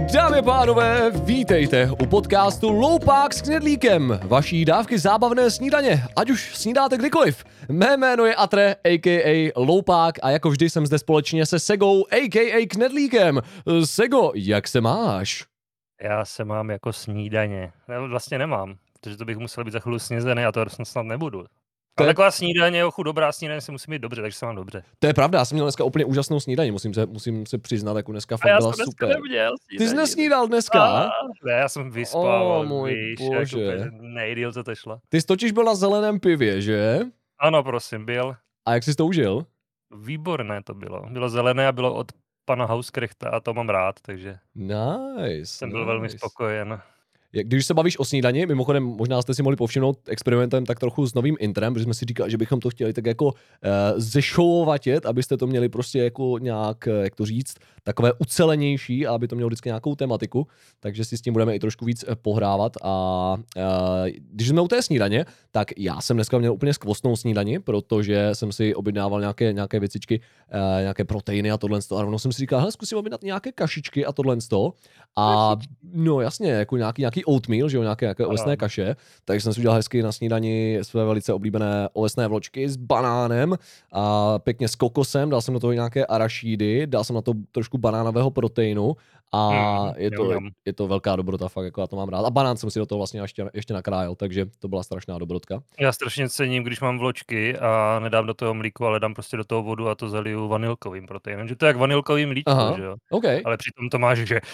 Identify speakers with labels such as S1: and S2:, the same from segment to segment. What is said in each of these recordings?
S1: Dámy a pánové, vítejte u podcastu Loupák s Knedlíkem, vaší dávky zábavné snídaně, ať už snídáte kdykoliv. Mé jméno je Atre, a.k.a. Loupák a jako vždy jsem zde společně se Segou, a.k.a. Knedlíkem. Sego, jak se máš?
S2: Já se mám jako snídaně. Já vlastně nemám, protože to bych musel být za chvíli snězený a to snad nebudu. Ale taková snídaně, dobrá snídaně se musí mít dobře, takže se mám dobře.
S1: To je pravda, já jsem měl dneska úplně úžasnou snídaní, musím se přiznat, jako dneska fakt byla super.
S2: Neměl snídaní.
S1: Ty jsi nesnídal dneska?
S2: Ne, já jsem vyspal,
S1: můj bože.
S2: Jako nejdýl, co to šlo.
S1: Ty jsi totiž byl na zeleném pivě, že?
S2: Ano, prosím, byl.
S1: A jak jsi to užil?
S2: Výborné to bylo. Bylo zelené a bylo od pana Hauskrichta a to mám rád, takže jsem byl velmi spokojen.
S1: Když se bavíš o snídani, mimochodem možná jste si mohli povšimnout experimentem tak trochu s novým intrem, protože jsme si říkali, že bychom to chtěli tak jako zešouvatět, abyste to měli prostě jako nějak, jak to říct, takové ucelenější a aby to mělo vždycky nějakou tematiku, takže si s tím budeme i trošku víc pohrávat a když jsme u té snídaně, tak já jsem dneska měl úplně skvostnou snídani, protože jsem si objednával nějaké věcičky, nějaké proteiny a tohle a rovnou jsem si říkal, hele, zkusím objednat nějaké kašičky a tohle a no jasně, jako nějaký oatmeal, že jo, nějaké ovesné kaše, takže jsem si udělal hezky na snídani své velice oblíbené ovesné vločky s banánem a pěkně s kokosem, dal jsem do toho nějaké arašídy, dal jsem na to trošku banánového proteinu a je to velká dobrota, fakt jako já to mám rád. A banán jsem si do toho vlastně ještě nakrájel, takže to byla strašná dobrotka.
S2: Já strašně cením, když mám vločky a nedám do toho mlíko, ale dám prostě do toho vodu a to zaliju vanilkovým proteinem. Že to je jak vanilkový mlíčko, že jo?
S1: Okay.
S2: Ale přitom to máš, že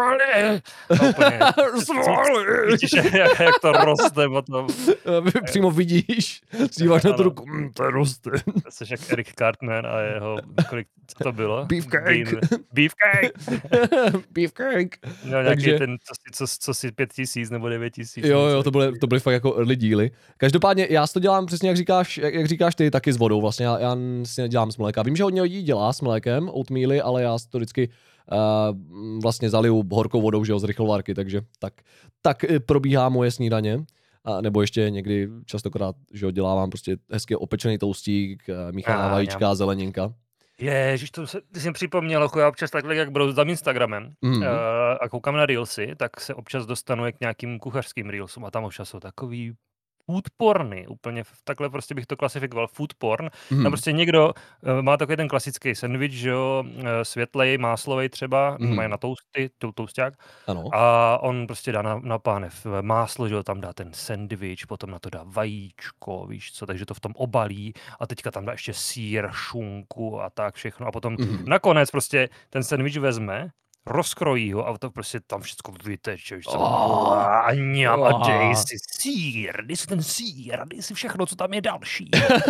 S2: vidíš, jak to roste potom.
S1: Přímo vidíš, díváš na to ruku, to roste.
S2: To jsi jak Eric Cartman a jeho, co to bylo?
S1: Beefcake. Beefcake.
S2: No, nějaký ten, co si 5 000 nebo 9 000.
S1: Jo, to byly fakt jako early díly. Každopádně já to dělám přesně, jak říkáš ty, taky s vodou vlastně. Já si nedělám s mléka. Vím, že hodně lidí dělá s mlékem, oatmealy, ale já to vždycky vlastně zaliju horkou vodou, že jo, z rychlovarky, takže tak probíhá moje snídaně. A nebo ještě někdy častokrát, že jo, dělávám prostě hezky opečený toustík, míchaná vajíčka, zeleninka.
S2: Ježiš, ty jsi mi připomněl, jako já občas takhle, jak brouzám Instagramem a koukám na Reelsy, tak se občas dostanu k nějakým kuchařským Reelsům a tam občas jsou takový food porny, úplně takhle prostě bych to klasifikoval, food porn. Tam prostě někdo má takový ten klasický sendvič, že jo, světlej, máslovej třeba, mají na tousty, tousták. A on prostě dá na pánev máslo, že jo, tam dá ten sendvič, potom na to dá vajíčko, víš co, takže to v tom obalí a teďka tam dá ještě sýr, šunku a tak všechno. A potom nakonec prostě ten sendvič vezme, rozkrojí ho a to prostě tam všechno vyteče. A ňam a dej si sýr, dej si ten sýr, dej si všechno, co tam je další.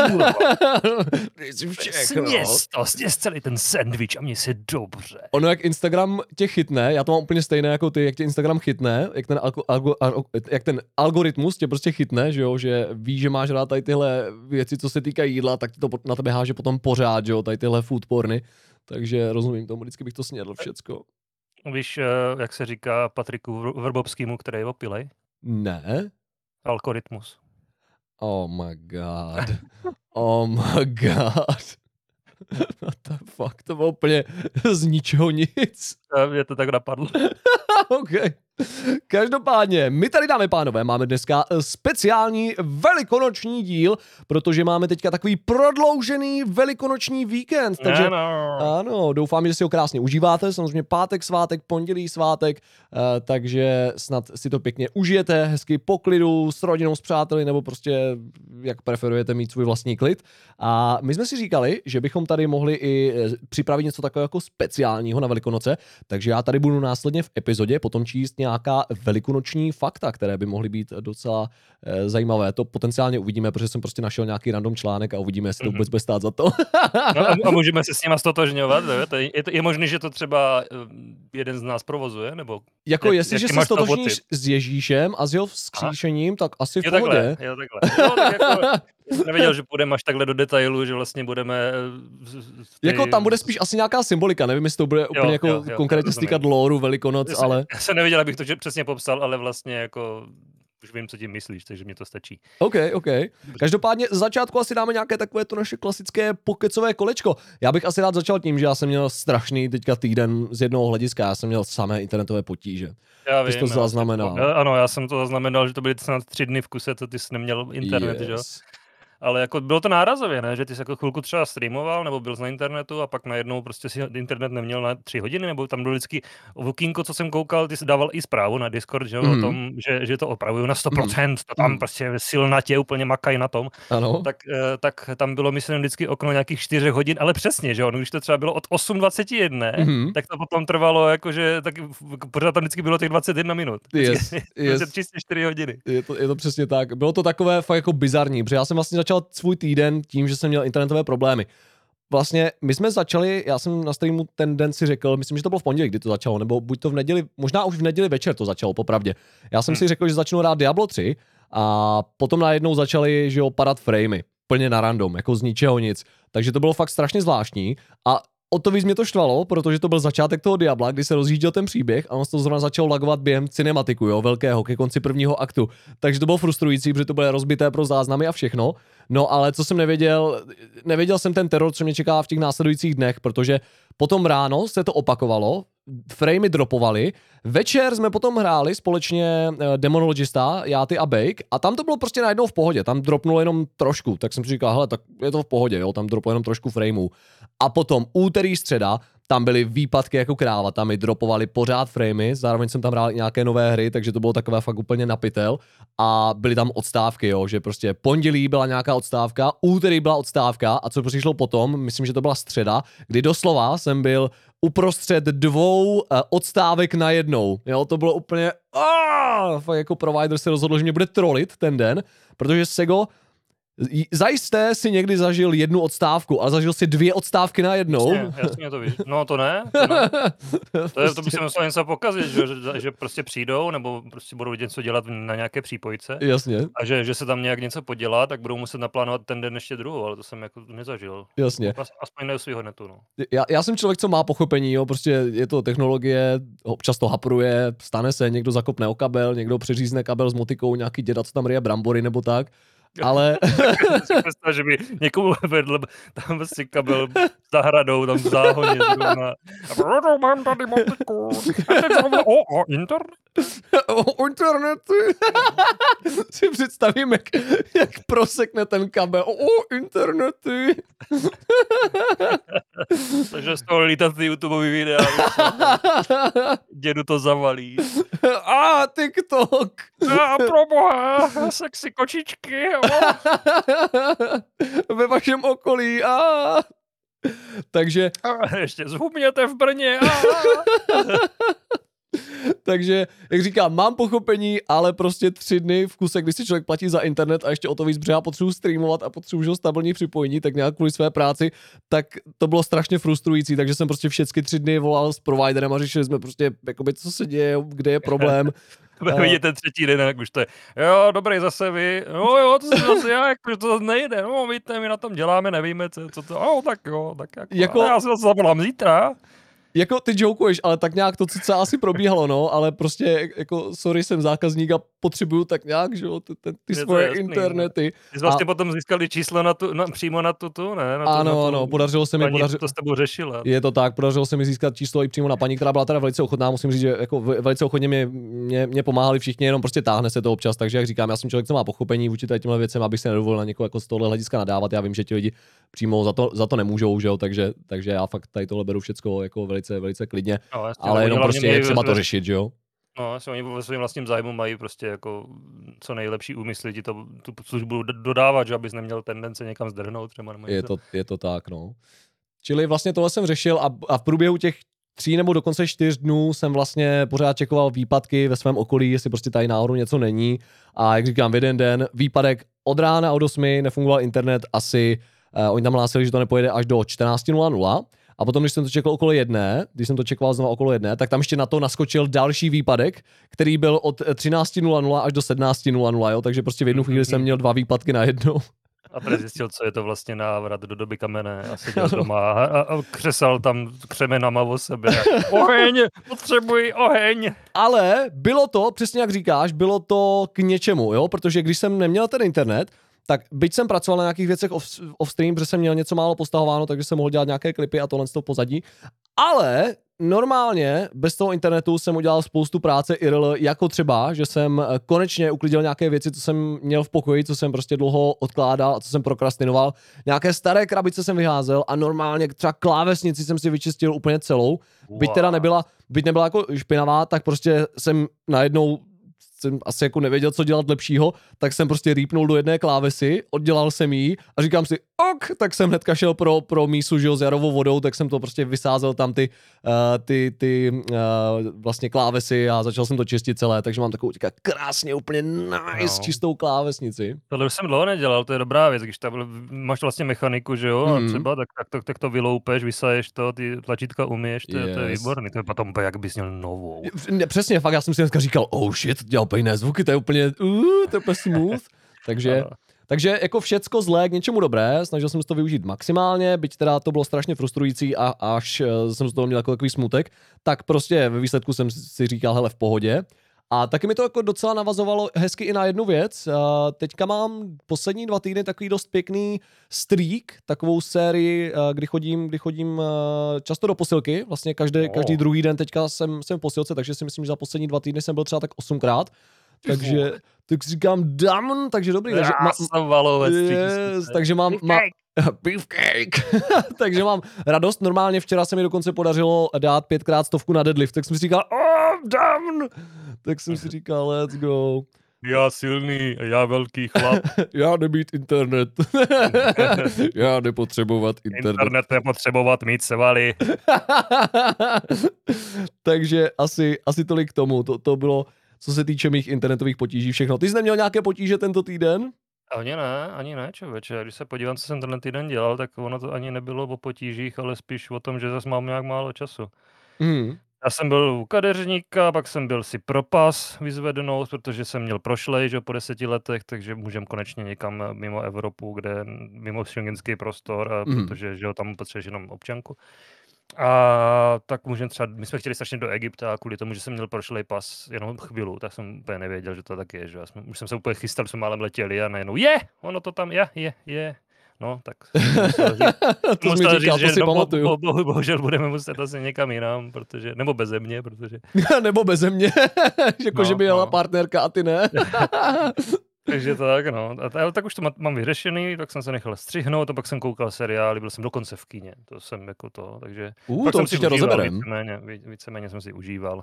S1: Dej si všechno.
S2: Sněz celý ten sendvič a mě se dobře.
S1: Ono jak Instagram tě chytne, já to mám úplně stejné jako ty, jak tě Instagram chytne, jak ten algoritmus tě prostě chytne, že jo, že ví, že máš rád tady tyhle věci, co se týkají jídla, tak to na tebe háže potom pořád, že jo, tady tyhle food porny. Takže rozumím tomu, vždycky bych to snědl všecko.
S2: Víš, jak se říká Patriku Vrbovskému, který je opilej?
S1: Ne.
S2: Algoritmus.
S1: Oh my god. Oh my god. What the fuck, to bylo úplně z ničeho nic.
S2: Mě to tak napadlo.
S1: OK. Každopádně, my tady, dámy pánové, máme dneska speciální velikonoční díl, protože máme teďka takový prodloužený velikonoční víkend, takže ano, doufám, že si ho krásně užíváte, samozřejmě pátek svátek, pondělí svátek, takže snad si to pěkně užijete, hezky po klidu, s rodinou, s přáteli, nebo prostě jak preferujete mít svůj vlastní klid. A my jsme si říkali, že bychom tady mohli i připravit něco takového jako speciálního na Velikonoce, takže já tady budu následně v epizodě potom číst nějaká velikonoční fakta, které by mohly být docela zajímavé. To potenciálně uvidíme, protože jsem prostě našel nějaký random článek a uvidíme, jestli to vůbec bude stát za to.
S2: No a můžeme se s nima stotožňovat, je možné, že to třeba jeden z nás provozuje, nebo
S1: jako jestliže se stotožníš s Ježíšem a s jeho vzkříšením, tak asi v pohodě.
S2: Jo, takhle. No, tak jako, nevěděl, že půjdeme až takhle do detailu, že vlastně budeme...
S1: Jako tam bude spíš asi nějaká symbolika, nevím, jestli to bude úplně jako konkrétně stýkat lóru Velikonoc, ale...
S2: Já jsem nevěděl, abych to přesně popsal, ale vlastně jako... už vím, co tím myslíš, takže mě to stačí.
S1: OK. Každopádně z začátku asi dáme nějaké takové to naše klasické pokecové kolečko. Já bych asi rád začal tím, že já jsem měl strašný teďka týden z jednoho hlediska, já jsem měl samé internetové potíže.
S2: Já
S1: Ty jsi
S2: vím,
S1: to zaznamenal.
S2: Ano, já jsem to zaznamenal, že to byly snad 3 dny v kuse, co ty jsi neměl internet, že jo? Ale jako bylo to nárazově, ne? Že ty jsi jako chvilku třeba streamoval, nebo byl na internetu a pak najednou prostě si internet neměl na 3 hodiny, nebo tam bylo vždycky okýnko, co jsem koukal, ty jsi dával i zprávu na Discord, že, o tom, že to opravuju na 100%, to tam prostě silnatě úplně makají na tom.
S1: Ano.
S2: Tak tam bylo, myslím, vždycky okno nějakých 4 hodin, ale přesně, že jo, když to třeba bylo od 8:21, tak to potom trvalo, jakože tak pořád tam vždycky bylo těch 21 minut.
S1: Yes.
S2: 4 hodiny.
S1: Je to přesně tak. Bylo to takové fakt jako bizarní, protože já jsem vlastně začal svůj týden tím, že jsem měl internetové problémy. Vlastně my jsme začali, já jsem na streamu ten den si řekl, myslím, že to bylo v pondělí, kdy to začalo, nebo buď to v neděli, možná už v neděli večer to začalo, popravdě. Já jsem si řekl, že začnu hrát Diablo 3 a potom najednou začaly, že jo, padat framey, plně na random, jako z ničeho nic. Takže to bylo fakt strašně zvláštní a o to víc mě to štvalo, protože to byl začátek toho Diabla, kdy se rozjížděl ten příběh a on to zrovna začal lagovat během cinematiku, jo, velkého, ke konci prvního aktu. Takže to bylo frustrující, protože to bylo rozbité pro záznamy a všechno. No ale co jsem nevěděl jsem ten teror, co mě čeká v těch následujících dnech, protože potom ráno se to opakovalo, framey dropovaly, večer jsme potom hráli společně Demonologista, já, ty a Bake a tam to bylo prostě najednou v pohodě, tam dropnulo jenom trošku, tak jsem si říkal, hele, tak je to v pohodě, jo, tam droplo jenom trošku frameů. A potom úterý, středa, tam byly výpadky jako kráva, tam mi dropovali pořád framey, zároveň jsem tam hrál i nějaké nové hry, takže to bylo takové fakt úplně napitel a byly tam odstávky, jo, že prostě pondělí byla nějaká odstávka, úterý byla odstávka a co přišlo potom, myslím, že to byla středa, kdy doslova jsem byl uprostřed 2 odstávek najednou, jo, to bylo úplně, fakt jako provider se rozhodl, že mě bude trolit ten den, protože Sego zajisté si někdy zažil 1 odstávku, ale zažil si 2 odstávky najednou.
S2: Jasně to víš. No to ne. To by se muselo něco pokazit, že prostě přijdou, nebo prostě budou něco dělat na nějaké přípojce.
S1: Jasně.
S2: A že se tam nějak něco podělá, tak budou muset naplánovat ten den ještě druhou, ale to jsem jako nezažil.
S1: Jasně.
S2: Aspoň ne u svýho netu, no.
S1: Já jsem člověk, co má pochopení, jo, prostě je to technologie, občas to hapruje, stane se, někdo zakopne o kabel, někdo přeřízne kabel s motikou, nějaký děda, co tam ryje brambory nebo tak. Ale...
S2: si představ, že by někomu vedl tam si kabel zahradou, tam v záhoně zrovna. Mám tady motiku. A teď zrovna, internet?
S1: Internet. Si představím, jak prosekne ten kabel. Internety.
S2: Takže z toho lítat ty YouTubeový videa. Dědu to zavalí.
S1: TikTok.
S2: Proboha, sexy kočičky.
S1: Ve vašem okolí. Takže...
S2: Ještě zhubněte v Brně.
S1: Takže, jak říkám, mám pochopení, ale prostě 3 dny v kuse, když si člověk platí za internet a ještě o to víc, protože já potřebuji streamovat a potřebuji stabilní připojení, tak nějak kvůli své práci, tak to bylo strašně frustrující, takže jsem prostě všechny 3 dny volal s providerem a řešili jsme prostě, jakoby, co se děje, kde je problém.
S2: Vidíte 3. den, jak už to je. Jo, dobrý, zase vy. Jo, to jsem zase já, jakože to nejde. No, víte, my na tom děláme, nevíme, co to. Tak jo, tak jako... Já si to zavolám zítra.
S1: Jako ty jokuješ, ale tak nějak to co asi probíhalo, no, ale prostě jako sorry, jsem zákazník a potřebuju tak nějak, že jo, ty svoje jasný, internety.
S2: Ty jsi vlastně potom získali číslo přímo na tu, ne?
S1: Ano, podařilo se mi.
S2: To s tebou řešila.
S1: Je to tak, podařilo se mi získat číslo i přímo na paní, která byla teda velice ochotná, musím říct, že jako velice ochotně mě pomáhali všichni, jenom prostě táhne se to občas, takže jak říkám, já jsem člověk, co má pochopení vůči těmhle věcem, abych se nedovolil na někoho jako z tohohle hlediska nadávat. Já vím, že ti lidi přímo za to nemůžou, že jo, takže já fakt tady tohle beru všecko jako velice klidně, no, ale jenom prostě je třeba to řešit, že jo.
S2: No, asi oni ve svém vlastním zájmu mají prostě jako co nejlepší úmysly ti tu službu dodávat, že abys neměl tendence někam zdrhnout třeba.
S1: Je to tak, no. Čili vlastně tohle jsem řešil a v průběhu těch 3 nebo dokonce 4 dnů jsem vlastně pořád čekoval výpadky ve svém okolí, jestli prostě tady náhodou něco není. A jak říkám, v jeden den výpadek od rána od 8 nefungoval internet asi, oni tam hlásili, že to nepojede až do 14:00. A potom, když jsem to čekal když jsem to čekal znovu okolo 1, tak tam ještě na to naskočil další výpadek, který byl od 13:00 až do 17:00, jo, takže prostě v jednu chvíli jsem měl 2 výpadky najednou.
S2: A tady zjistil, co je to vlastně návrat do doby kamenné a seděl doma a křesal tam křemenama o sebe. Oheň, potřebuji oheň.
S1: Ale bylo to, přesně jak říkáš, bylo to k něčemu, jo, protože když jsem neměl ten internet, tak byť jsem pracoval na nějakých věcech off-stream, protože jsem měl něco málo postahováno, takže jsem mohl dělat nějaké klipy a tohle z toho pozadí, ale normálně bez toho internetu jsem udělal spoustu práce IRL, jako třeba, že jsem konečně uklidil nějaké věci, co jsem měl v pokoji, co jsem prostě dlouho odkládal, co jsem prokrastinoval. Nějaké staré krabice jsem vyházel a normálně třeba klávesnici jsem si vyčistil úplně celou. Byť teda nebyla jako špinavá, tak prostě jsem najednou jsem asi jako nevěděl, co dělat lepšího, tak jsem prostě rýpnul do jedné klávesy, oddělal jsem jí a říkám si, tak jsem hnedka šel pro mísu, že jo, s jarovou vodou, tak jsem to prostě vysázel tam ty vlastně klávesy a začal jsem to čistit celé, takže mám takovou krásně úplně nice čistou klávesnici.
S2: Tohle už jsem dlouho nedělal, to je dobrá věc, když máš vlastně mechaniku, že jo, a třeba tak to vyloupeš, vysaješ to, ty tlačítka umíš, to je výborný, to je potom jak bys měl novou.
S1: Přesně, fakt, já jsem si dneska říkal, shit, dělal úplně jiné zvuky, to je úplně smooth, takže jako všecko zlé k něčemu dobré, snažil jsem se to využít maximálně, byť teda to bylo strašně frustrující a až jsem z toho měl jako takový smutek, tak prostě ve výsledku jsem si říkal, hele, v pohodě. A taky mi to jako docela navazovalo hezky i na jednu věc. Teďka mám poslední 2 týdny takový dost pěkný streak, takovou sérii, kdy chodím často do posilky, vlastně každý druhý den teďka jsem v posilce, takže si myslím, že za poslední 2 týdny jsem byl třeba tak 8krát. Takže tak si říkám, damn, takže dobrý. Takže mám beefcake. Takže mám radost. Normálně včera se mi dokonce podařilo dát 5x 100 na deadlift, tak jsem si říkal, damn. Tak jsem si říkal, let's go.
S2: Já silný, já velký chlap.
S1: Já nemít internet. Já nepotřebovat internet.
S2: Internet nepotřebovat, mít svaly.
S1: Takže asi tolik k tomu. To bylo, co se týče mých internetových potíží, všechno. Ty jsi neměl nějaké potíže tento týden?
S2: Ani ne, člověče. Když se podívám, co jsem tenhle týden dělal, tak ono to ani nebylo o potížích, ale spíš o tom, že zase mám nějak málo času. Já jsem byl u kadeřníka, pak jsem byl si propas vyzvednout, protože jsem měl prošlej, že po 10 letech, takže můžem konečně někam mimo Evropu, kde mimo schengenský prostor, protože že tam potřebuješ jenom občanku. A tak můžeme třeba, my jsme chtěli strašně do Egypta a kvůli tomu, že jsem měl prošlej pas jenom chvíli, tak jsem úplně nevěděl, že to tak je, že už jsem se úplně chystal, jsme málem letěli a najednou ono to tam je. No, tak musel říct, že bohužel budeme muset asi někam jinam, nebo beze mě, protože...
S1: nebo beze mě, že by jela partnerka a ty ne.
S2: Takže tak, no. Tak už to mám vyřešený, tak jsem se nechal střihnout a pak jsem koukal seriály, byl jsem dokonce v kině. To jsem jako to, takže...
S1: Pak to určitě rozeberem.
S2: Víceméně jsem si užíval.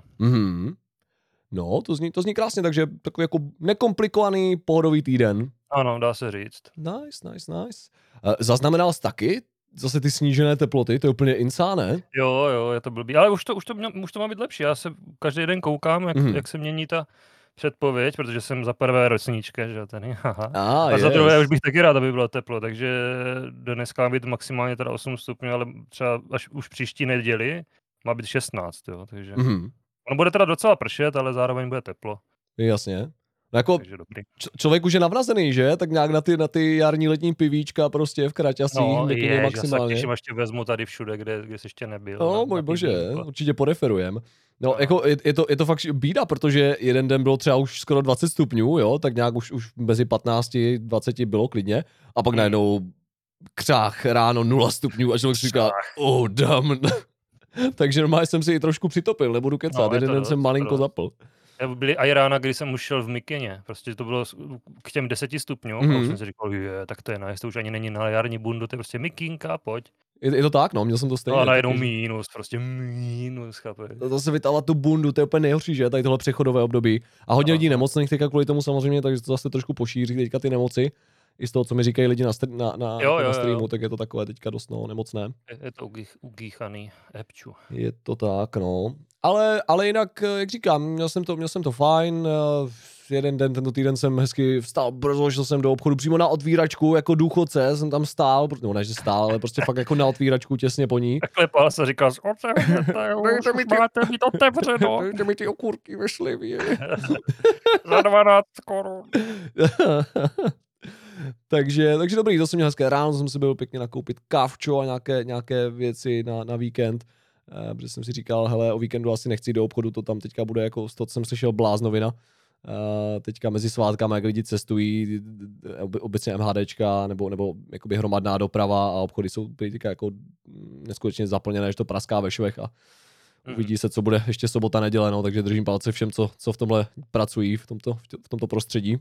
S1: No, to zní krásně, takže takový jako nekomplikovaný pohodový týden.
S2: Ano, dá se říct.
S1: Nice. Zaznamenal jsi taky zase ty snížené teploty? To je úplně insane.
S2: Jo, je to blbý, ale už to má být lepší. Já se každý den koukám, jak se mění ta předpověď, protože jsem za prvé ročníčka, že ten a za druhé už bych taky rád, aby bylo teplo, takže dneska má být maximálně teda 8 stupňů, ale třeba až už příští neděli má být 16, jo, takže ono bude teda docela pršet, ale zároveň bude teplo.
S1: Jasně. No jako člověk už je navrazený, že? Tak nějak na ty jarní letní pivíčka prostě v kraťasích.
S2: No, maximálně. Já se těším, až tě vezmu tady všude, kde jsi ještě nebyl.
S1: No, můj bože, určitě poreferujem. No, jako je to fakt bída, protože jeden den bylo třeba už skoro 20 stupňů, jo, tak nějak už mezi 15-20 bylo klidně. A pak najednou křách ráno 0 stupňů a člověk si říká, damn. Takže normálně jsem si i trošku přitopil, nebudu kecat, jeden den jsem malinko zapl.
S2: Byly i rána, kdy jsem už šel v mikině, prostě to bylo k těm 10 stupňům, a už jsem si říkal, tak to je nice, to už ani není na jarní bundu, to je prostě mikinka, pojď.
S1: Je to tak, no, měl jsem to stejně.
S2: A najednou minus, chápeš.
S1: To se vytávat tu bundu, to je úplně nejhorší, že, tady tohle přechodové období. A hodně lidí nemocných teďka kvůli tomu samozřejmě, takže to zase trošku pošíří teďka ty nemoci. I z toho, co mi říkají lidi na streamu, tak je to takové teďka dost nemocné.
S2: Je to ugýchaný epču.
S1: Je to tak, no. Ale jinak, jak říkám, měl jsem to fajn. Jeden den, tento týden jsem hezky vstal brzo, šel jsem do obchodu přímo na otvíračku, jako důchodce jsem tam stál, no ne, že stál, ale prostě fakt jako na otvíračku těsně po ní.
S2: Takhle pál se říkal, máte mít otevřeno.
S1: Dejte mi ty okurky ve slivě.
S2: Za 12 korun.
S1: takže dobrý, to jsem měl hezké. Ráno jsem si byl pěkně nakoupit kávčo a nějaké věci na víkend, protože jsem si říkal, hele, o víkendu asi nechci do obchodu, to tam teďka bude jako, to jsem slyšel bláznovina. Teďka mezi svátkami, jak lidi cestují, obecně MHDčka, nebo jakoby hromadná doprava a obchody jsou teďka jako neskutečně zaplněné, že to praská ve švech a uvidí se, co bude ještě sobota, neděle, no, takže držím palce všem, co v tomhle pracují, v tomto prostředí.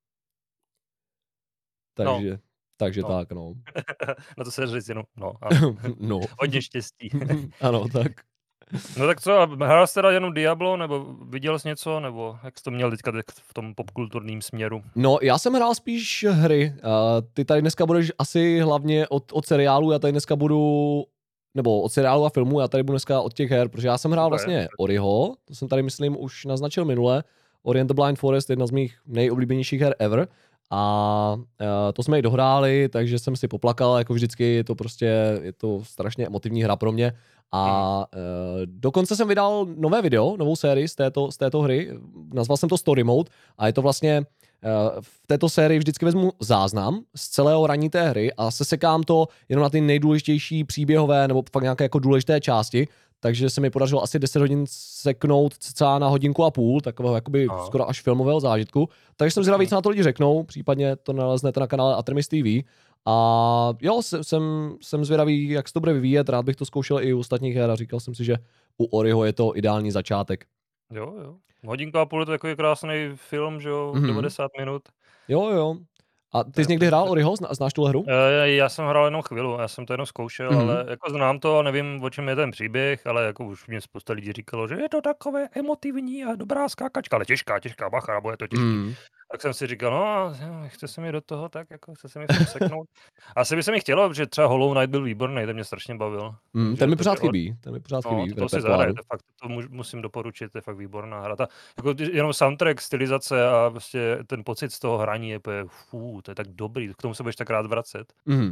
S1: Takže tak, no.
S2: Na to se říct jenom,
S1: no.
S2: Hodně štěstí.
S1: Ano, tak.
S2: No tak co, hrál jsi teda jenom Diablo, nebo viděl jsi něco, nebo jak jsi to měl teďka v tom popkulturním směru?
S1: No, já jsem hrál spíš hry. Ty tady dneska budeš asi hlavně od seriálu, já tady dneska budu, nebo od seriálu a filmu, já tady budu dneska od těch her, protože já jsem hrál vlastně Oriho, to jsem tady myslím už naznačil minule, Ori and the Blind Forest, jedna z mých nejoblíbenějších her ever. A to jsme ji dohráli, takže jsem si poplakal, jako vždycky, je to strašně emotivní hra pro mě. A dokonce jsem vydal nové video, novou sérii z této hry, nazval jsem to Story Mode a je to vlastně v této sérii vždycky vezmu záznam z celého hraní té hry a sesekám to jenom na ty nejdůležitější příběhové nebo fakt nějaké jako důležité části, takže se mi podařilo asi 10 hodin seknout cca na hodinku a půl, takového jakoby skoro až filmového zážitku. Takže jsem zvědavý, co na to lidi řeknou, případně to naleznete na kanále Atermis TV. A jo, jsem zvědavý, jak se to bude vyvíjet, rád bych to zkoušel i u ostatních her a říkal jsem si, že u Oriho je to ideální začátek.
S2: Jo. Hodinka a půl je to takový krásný film, že jo, 90 minut.
S1: Jo. A ty jsi někdy hrál Oriho? Znáš tuhle hru?
S2: Já jsem hrál jenom chvíli, já jsem to jenom zkoušel, ale jako znám to a nevím, o čem je ten příběh, ale jako už mě spousta lidí říkalo, že je to takové emotivní a dobrá skákačka, ale těžká, bacha, bude to těžký. Tak jsem si říkal, no, chce se mi do toho, tak jako chce se mi v tom seknout. Asi by se mi chtělo, že třeba Hollow Knight byl výborný, ten mě strašně bavil.
S1: Ten mi pořád chybí,
S2: to si zahraj, fakt, to musím doporučit, to je fakt výborná hra. Jako jenom soundtrack, stylizace a prostě ten pocit z toho hraní je to je tak dobrý, k tomu se budeš tak rád vracet.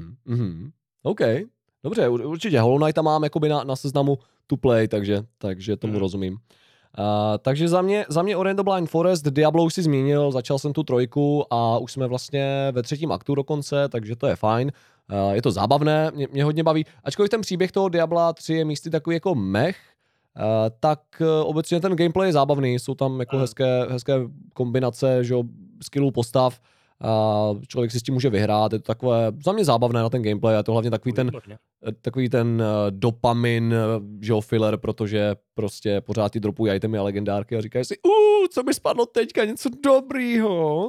S1: OK, dobře, určitě Hollow Knighta mám jakoby na seznamu to play, takže tomu rozumím. Takže za mě Ori and the Blind Forest, Diablo už si zmínil, začal jsem tu 3 a už jsme vlastně ve 3. aktu dokonce, takže to je fajn. Je to zábavné, mě hodně baví. Ačkoliv ten příběh toho Diabla 3 je místy takový jako mech, tak obecně ten gameplay je zábavný, jsou tam jako hezké kombinace, že skillů postav, člověk si s tím může vyhrát, je to takové za mě zábavné na ten gameplay, je to hlavně takový ten dopamin, že jo, filler, protože prostě pořád ti dropují itemy a legendárky a říkají si, co mi spadlo teďka, něco dobrýho.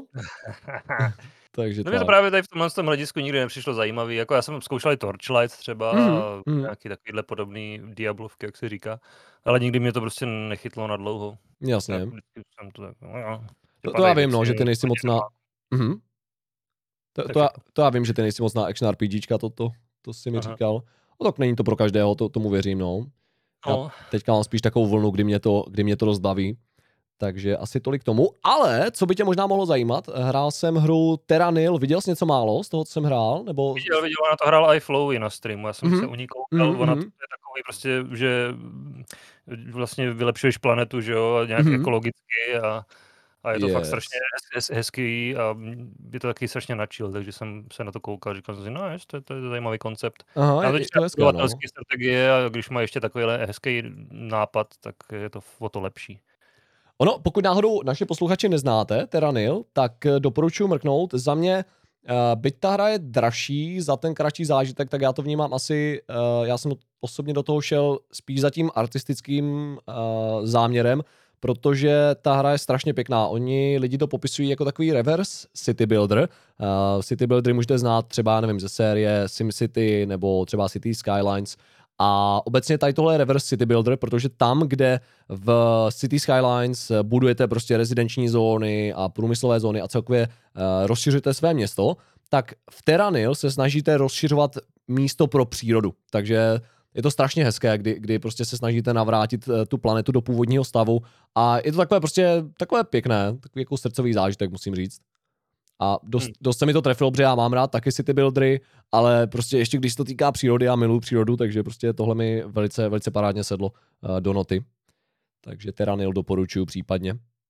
S1: Takže
S2: to právě tady v tomhle hledisku nikdy nepřišlo zajímavý, jako já jsem zkoušel i Torchlight třeba, nějaký takovýhle podobný Diablovky, jak se říká, ale nikdy mě to prostě nechytlo na dlouho.
S1: Jasně. To já vím, no, že ty nejsi moc na... To já vím, že ty nejsi moc na action RPGčka, to si mi říkal. No tak není to pro každého, tomu věřím, no. Já teďka mám spíš takovou vlnu, kdy mě to dost baví. Takže asi tolik tomu. Ale, co by tě možná mohlo zajímat, hrál jsem hru Terra Nil, viděl jsi něco málo z toho, co jsem hrál? Nebo...
S2: Viděl, ona to hrál i Flowy na streamu, já jsem se u ní koukal, ona to je takový prostě, že vlastně vylepšuješ planetu, že jo, nějak ekologicky a je to fakt strašně hezký a je to taky strašně nachill, takže jsem se na to koukal, říkal jsem si, no to je zajímavý koncept.
S1: Aha,
S2: je to budovatelský strategie a když má ještě takovýhle hezký nápad, tak je to o to lepší.
S1: Ono, pokud náhodou naše posluchači neznáte, Terra Nil, tak doporučuji mrknout. Za mě, byť ta hra je dražší za ten kratší zážitek, tak já to vnímám asi, já jsem osobně do toho šel spíš za tím artistickým záměrem, protože ta hra je strašně pěkná. Lidi to popisují jako takový reverse city builder. City buildery můžete znát třeba, nevím, ze série SimCity nebo třeba City Skylines. A obecně tady tohle je reverse city builder, protože tam, kde v City Skylines budujete prostě rezidenční zóny a průmyslové zóny a celkově rozšiřujete své město, tak v Terra Nil se snažíte rozšiřovat místo pro přírodu. Takže je to strašně hezké, kdy prostě se snažíte navrátit tu planetu do původního stavu a je to takové pěkné, takový jako srdcový zážitek, musím říct. A dost se mi to trefilo, protože já mám rád taky city buildery, ale prostě ještě když se to týká přírody, já miluji přírodu, takže prostě tohle mi velice, velice parádně sedlo do noty. Takže Terra Nil doporučuji případně.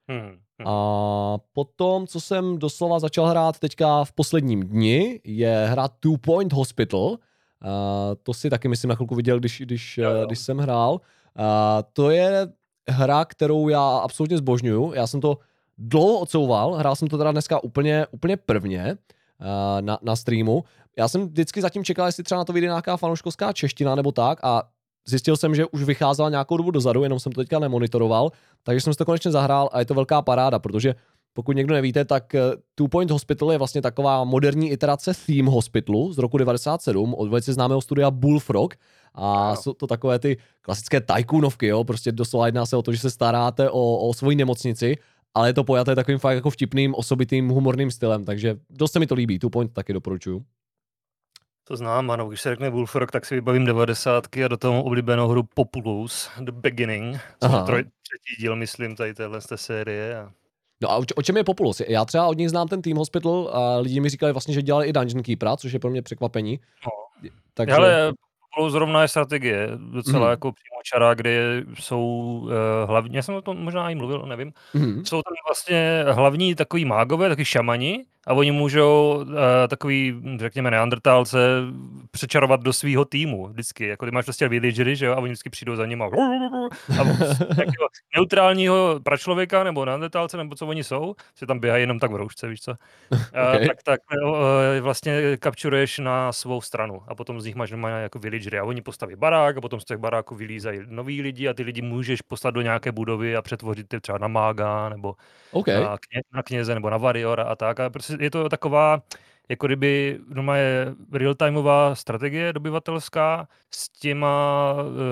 S1: A potom, co jsem doslova začal hrát teďka v posledním dni, je hra Two Point Hospital. To si taky myslím na chvilku viděl, když jsem hrál. To je hra, kterou já absolutně zbožňuju. Já jsem to dlouho odsouval, hrál jsem to teda dneska úplně prvně na streamu. Já jsem vždycky zatím čekal, jestli třeba na to vyjde nějaká fanouškovská čeština nebo tak, a zjistil jsem, že už vycházela nějakou dobu dozadu, jenom jsem to teďka nemonitoroval, takže jsem si to konečně zahrál a je to velká paráda, protože pokud někdo nevíte, tak Two Point Hospital je vlastně taková moderní iterace Theme Hospitalu z roku 97 od velice známého studia Bullfrog, a jsou to takové ty klasické tajkunovky, jo, prostě doslova jedná se o to, že se staráte o svoji nemocnici, ale je to pojaté takovým fakt jako vtipným, osobitým, humorným stylem, takže dost se mi to líbí, Two Point taky doporučuju.
S2: To znám, ano, když se řekne Bullfrog, tak si vybavím 90. a do toho oblíbenou hru Populous, The Beginning, což je třetí díl, myslím, tady téhle z té série.
S1: No a o čem je Populous? Já třeba od nich znám ten Team Hospital a lidi mi říkali vlastně, že dělali i Dungeon Keepera, což je pro mě překvapení.
S2: No.
S1: Takže...
S2: Ale Populous zrovna je strategie, docela jako přímočará, kde jsou hlavní, já jsem o tom možná i mluvil, nevím, jsou tam vlastně hlavní takový mágové, takový šamani, a oni můžou takový, řekněme, neandertálce přečarovat do svého týmu vždycky. Jako ty máš prostě villagery, že jo, a oni vždycky přijdou za ním a takového neutrálního pračlověka nebo neandertálce, nebo co oni jsou, se tam běhají jenom tak v roušce, víš co. Tak vlastně kapčuruješ na svou stranu a potom z nich máš jako villagery a oni postaví barák a potom z těch baráků vylízají noví lidi a ty lidi můžeš poslat do nějaké budovy a přetvořit je třeba na mága nebo na kněze nebo na variora a tak. A prostě je to taková jako kdyby je real-timeová strategie dobyvatelská s těma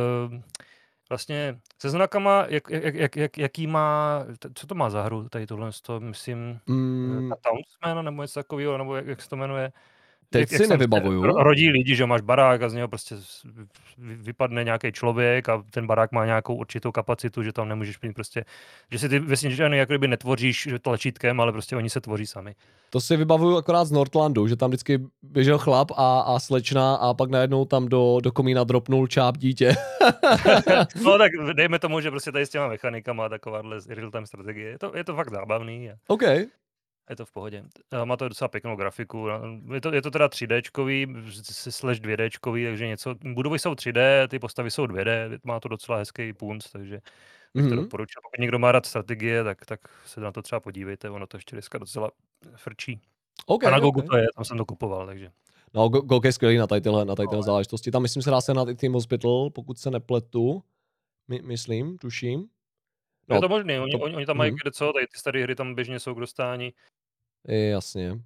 S2: vlastně se znakama, jaký má, co to má za hru tady tohle, to myslím, Townsman nebo něco takového, nebo jak se to jmenuje.
S1: Teď si nevybavuju.
S2: Rodí lidi, že máš barák a z něho prostě vypadne nějaký člověk a ten barák má nějakou určitou kapacitu, že tam nemůžeš mít prostě, že si ty vesničany jako kdyby netvoříš tlačítkem, ale prostě oni se tvoří sami.
S1: To si vybavuju akorát z Northlandu, že tam vždycky běžel chlap a slečna a pak najednou tam do komína dropnul čáp dítě.
S2: No tak dejme tomu, že prostě tady s těma mechanikama takováhle real-time strategie. Je to fakt zábavný.
S1: OK.
S2: Je to v pohodě. Má to docela pěknou grafiku. Je to teda 3Dčkový, slash 2Dčkový, takže něco. Budovy jsou 3D, ty postavy jsou 2D, má to docela hezký punc, takže bych to doporučil. Pokud někdo má rád strategie, tak se na to třeba podívejte, ono to ještě dneska docela frčí. A na Gogu to je, tam jsem to kupoval, takže.
S1: No, GOG je skvělý na tady tyhle záležitosti. Tam myslím se dá se na Team Hospital, pokud se nepletu. Myslím, tuším.
S2: No, je to možný, oni tam mají kde co, tady ty staré hry tam běžně jsou k dostání.
S1: Jasně.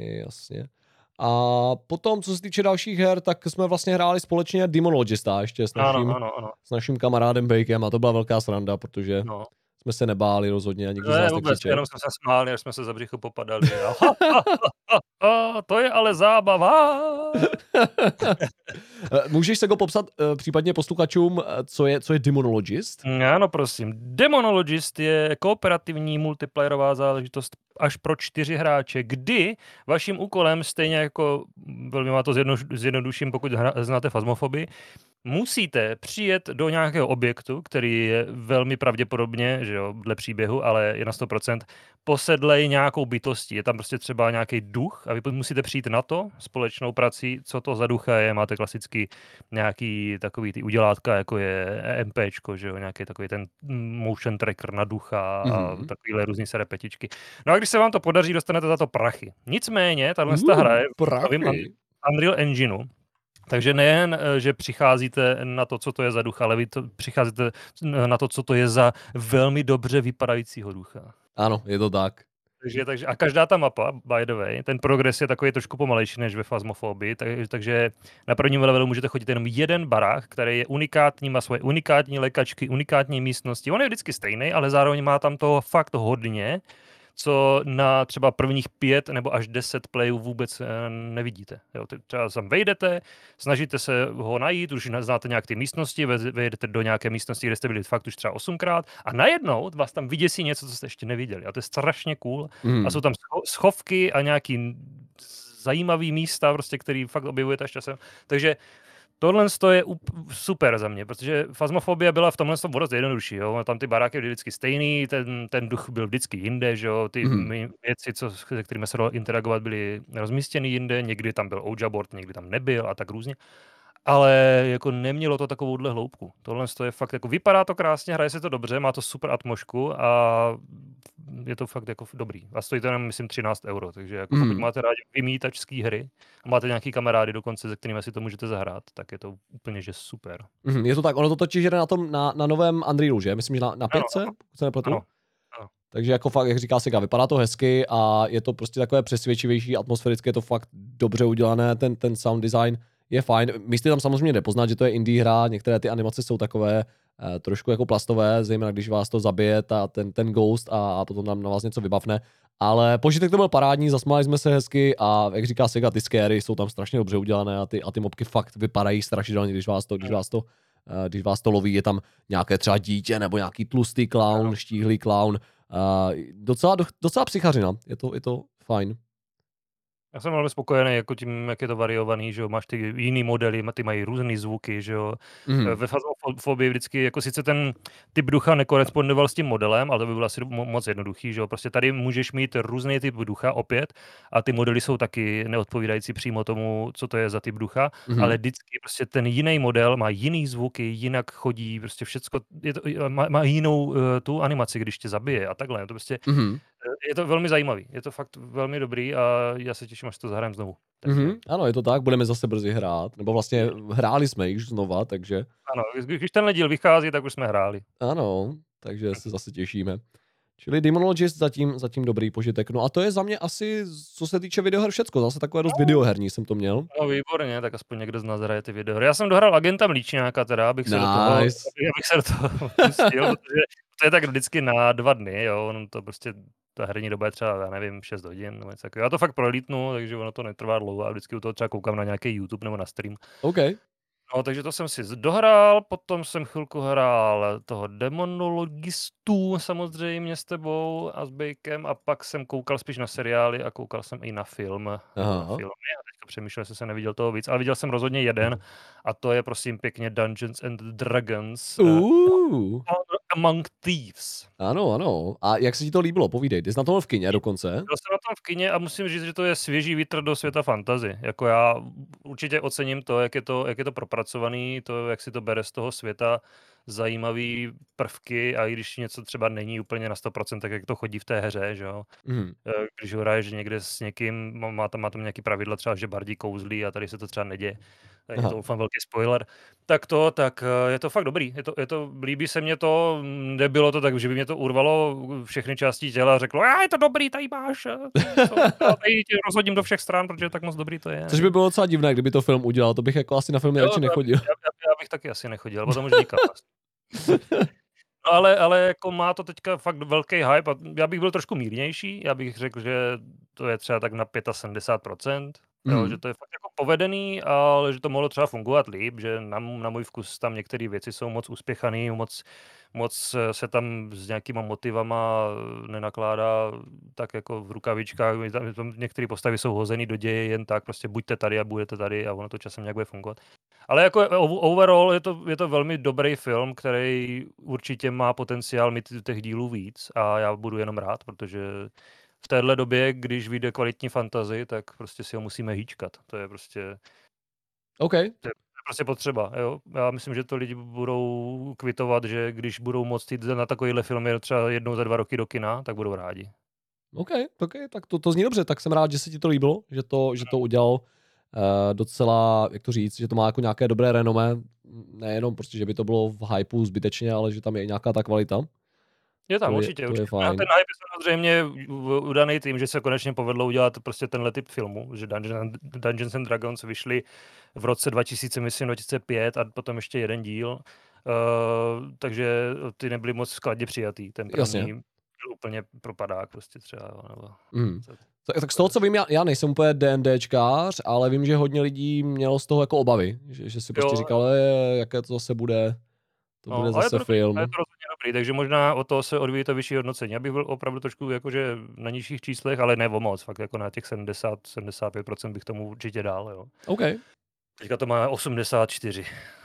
S1: A potom, co se týče dalších her, tak jsme vlastně hráli společně Demonologista ještě s naším kamarádem Bakem a to byla velká sranda, protože jsme se nebáli rozhodně a nikdo z nás nekřičel.
S2: Jenom jsme se smáli, až jsme se za břicho popadali. To je ale zábava.
S1: Můžeš se go popsat případně posluchačům, co je Demonologist?
S2: Ano, prosím. Demonologist je kooperativní multiplayerová záležitost až pro 4 hráče, kdy vaším úkolem, stejně jako, velmi má to zjednoduším, pokud znáte Phasmofobii, musíte přijet do nějakého objektu, který je velmi pravděpodobně, že jo, dle příběhu, ale je na 100%, posedlej nějakou bytostí. Je tam prostě třeba nějaký duch a vy musíte přijít na to společnou prací, co to za ducha je. Máte klasicky nějaký takový ty udělátka, jako je EMPčko, že jo, nějaký takový ten motion tracker na ducha a takovýhle různý serepetičky. No a když se vám to podaří, dostanete za to prachy. Nicméně, tahle hra je v Unreal Engineu. Takže nejen, že přicházíte na to, co to je za ducha, ale vy přicházíte na to, co to je za velmi dobře vypadajícího ducha.
S1: Ano, je to tak.
S2: Takže a každá ta mapa, by the way, ten progres je takový trošku pomalejší než ve Phasmofobii, takže na prvním levelu můžete chodit jenom jeden barák, který je unikátní, má svoje unikátní lékačky, unikátní místnosti. On je vždycky stejný, ale zároveň má tam toho fakt hodně, co na třeba prvních 5 nebo až 10 playů vůbec nevidíte. Jo, třeba tam vejdete, snažíte se ho najít, už znáte nějak ty místnosti, vejdete do nějaké místnosti, kde jste byli fakt už třeba 8krát a najednou vás tam vyděsí něco, co jste ještě neviděli. A to je strašně cool. A jsou tam schovky a nějaký zajímavý místa, prostě, který fakt objevujete až časem. Takže Tohle je super za mě, protože Phasmophobia byla v tomhle o dost jednodušší. Jo? Tam ty baráky byly vždycky stejný, ten duch byl vždycky jinde, že jo? Ty věci, se kterými se dalo interagovat, byly rozmístěny jinde, někdy tam byl Ouija board, někdy tam nebyl a tak různě. Ale jako nemělo to takovouhle hloubku. Tohle je fakt, jako vypadá to krásně, hraje se to dobře, má to super atmosféru a je to fakt jako dobrý. A stojí to jenom, myslím, 13 €, takže jako pokud máte rádi vymítačský hry a máte nějaký kamarády dokonce, se kterými si to můžete zahrát, tak je to úplně, že super.
S1: Je to tak, ono to totiž jde na novém Unrealu, že? Myslím, že na 5, pokud se nepletu.
S2: Ano.
S1: Takže jako fakt, jak říká Sega, vypadá to hezky a je to prostě takové přesvědčivější, atmosférické, je to fakt dobře udělané, ten sound design je fajn. Místy tam samozřejmě nepoznat, že to je indie hra, některé ty animace jsou takové trošku jako plastové, zejména když vás to zabije ten ghost a potom tam na vás něco vybavne. Ale požitek to byl parádní, zasmáli jsme se hezky a jak říká Sega, ty scary jsou tam strašně dobře udělané a ty mobky fakt vypadají strašidelně, když vás to loví, je tam nějaké třeba dítě nebo nějaký tlustý clown, štíhlý clown. Docela psychařina, je to fajn.
S2: Já jsem velmi spokojený jako tím, jak je to variovaný, že jo, máš ty jiný modely, ty mají různý zvuky, že jo. Ve Phasmofobii vždycky, jako sice ten typ ducha nekorespondoval s tím modelem, ale to by bylo asi moc jednoduchý, že jo. Prostě tady můžeš mít různý typ ducha opět a ty modely jsou taky neodpovídající přímo tomu, co to je za typ ducha, ale vždycky prostě ten jiný model má jiný zvuky, jinak chodí, prostě všecko, má jinou tu animaci, když tě zabije a takhle. To prostě je to velmi zajímavý, je to fakt velmi dobrý a já se těším, až to zahrajeme znovu.
S1: Ano, je to tak, budeme zase brzy hrát, nebo vlastně hráli jsme již znova, takže...
S2: Ano, když tenhle díl vychází, tak už jsme hráli.
S1: Ano, takže se zase těšíme. Čili Demonologist zatím dobrý požitek. No a to je za mě asi, co se týče videoher, všecko. Zase takové dost videoherní jsem to měl.
S2: No výborně, tak aspoň někdo z nás hraje ty videohry. Já jsem dohrál Agenta Mlíčňáka teda, abych se do toho pustil, protože to je tak vždycky na 2 dny, jo, ono to prostě, ta herní doba je třeba, já nevím, 6 hodin nebo něco takového. Já to fakt prolítnu, takže ono to netrvá dlouho a vždycky u toho třeba koukám na nějaký YouTube nebo na stream.
S1: OK.
S2: No, takže to jsem si dohrál, potom jsem chvilku hrál toho Demonologistu samozřejmě s tebou a s Bejkem a pak jsem koukal spíš na seriály a koukal jsem i na filmy. A teďka přemýšlel, jestli jsem neviděl toho víc, ale viděl jsem rozhodně jeden a to je prosím pěkně Dungeons and Dragons Among Thieves.
S1: Ano. A jak se ti to líbilo? Povídej, ty jsi na tom v kině dokonce?
S2: Byl jsem na tom v kině a musím říct, že to je svěží vítr do světa fantasy. Jako já určitě ocením to, jak je to propracovaný, to, jak si to bere z toho světa, zajímavý prvky a i když něco třeba není úplně na 100%, tak jak to chodí v té hře, že jo. Když hraješ někde s někým, má tam nějaký pravidla třeba, že bardí kouzlí a tady se to třeba neděje. Je to úplně velký spoiler. Tak je to fakt dobrý. Líbí se mně to, nebylo to tak, že by mě to urvalo všechny části těla a řeklo, je to dobrý, tady máš. Tady tě rozhodím do všech stran, protože tak moc dobrý to je.
S1: Což by bylo docela divné, kdyby to film udělal, to bych jako asi na filmy radši nechodil.
S2: Já bych taky asi nechodil, potom už nikam. No ale jako má to teďka fakt velký hype a já bych byl trošku mírnější, já bych řekl, že to je třeba tak na 75%, jo, že to je fakt jako povedený, ale že to mohlo třeba fungovat líp, že na můj vkus tam některé věci jsou moc uspěchaný, moc se tam s nějakýma motivama nenakládá tak jako v rukavičkách, některé postavy jsou hozený do děje jen tak, prostě buďte tady a budete tady a ono to časem nějak bude fungovat. Ale jako overall je to velmi dobrý film, který určitě má potenciál mít těch dílů víc a já budu jenom rád, protože v téhle době, když vyjde kvalitní fantasy, tak prostě si ho musíme hýčkat. To je prostě...
S1: OK.
S2: To je prostě potřeba, jo. Já myslím, že to lidi budou kvitovat, že když budou moct jít na takovýhle filmy třeba 1 za 2 roky do kina, tak budou rádi.
S1: OK, tak to zní dobře, tak jsem rád, že se ti to líbilo, že to udělal docela, jak to říct, že to má jako nějaké dobré renomé, nejenom prostě, že by to bylo v hypeu zbytečně, ale že tam je nějaká ta kvalita.
S2: Je tam určitě.
S1: Je fajn.
S2: A ten hype je samozřejmě udaný tím, že se konečně povedlo udělat prostě tenhle typ filmu, že Dungeons and Dragons vyšly v roce 2005 a potom ještě jeden díl, takže ty nebyly moc skladně přijatý. Ten první byl úplně propadák prostě třeba. Nebo...
S1: Tak z toho, co vím, já nejsem úplně D&Dčkář, ale vím, že hodně lidí mělo z toho jako obavy, že si prostě říkal, jaké to zase bude, bude zase film.
S2: Je to rozhodně dobrý, takže možná od toho se odvíjí to vyšší hodnocení. Já bych byl opravdu trošku jakože na nižších číslech, ale ne o moc, fakt jako na těch 70-75% bych tomu určitě dal, jo.
S1: OK.
S2: Teďka to má 84.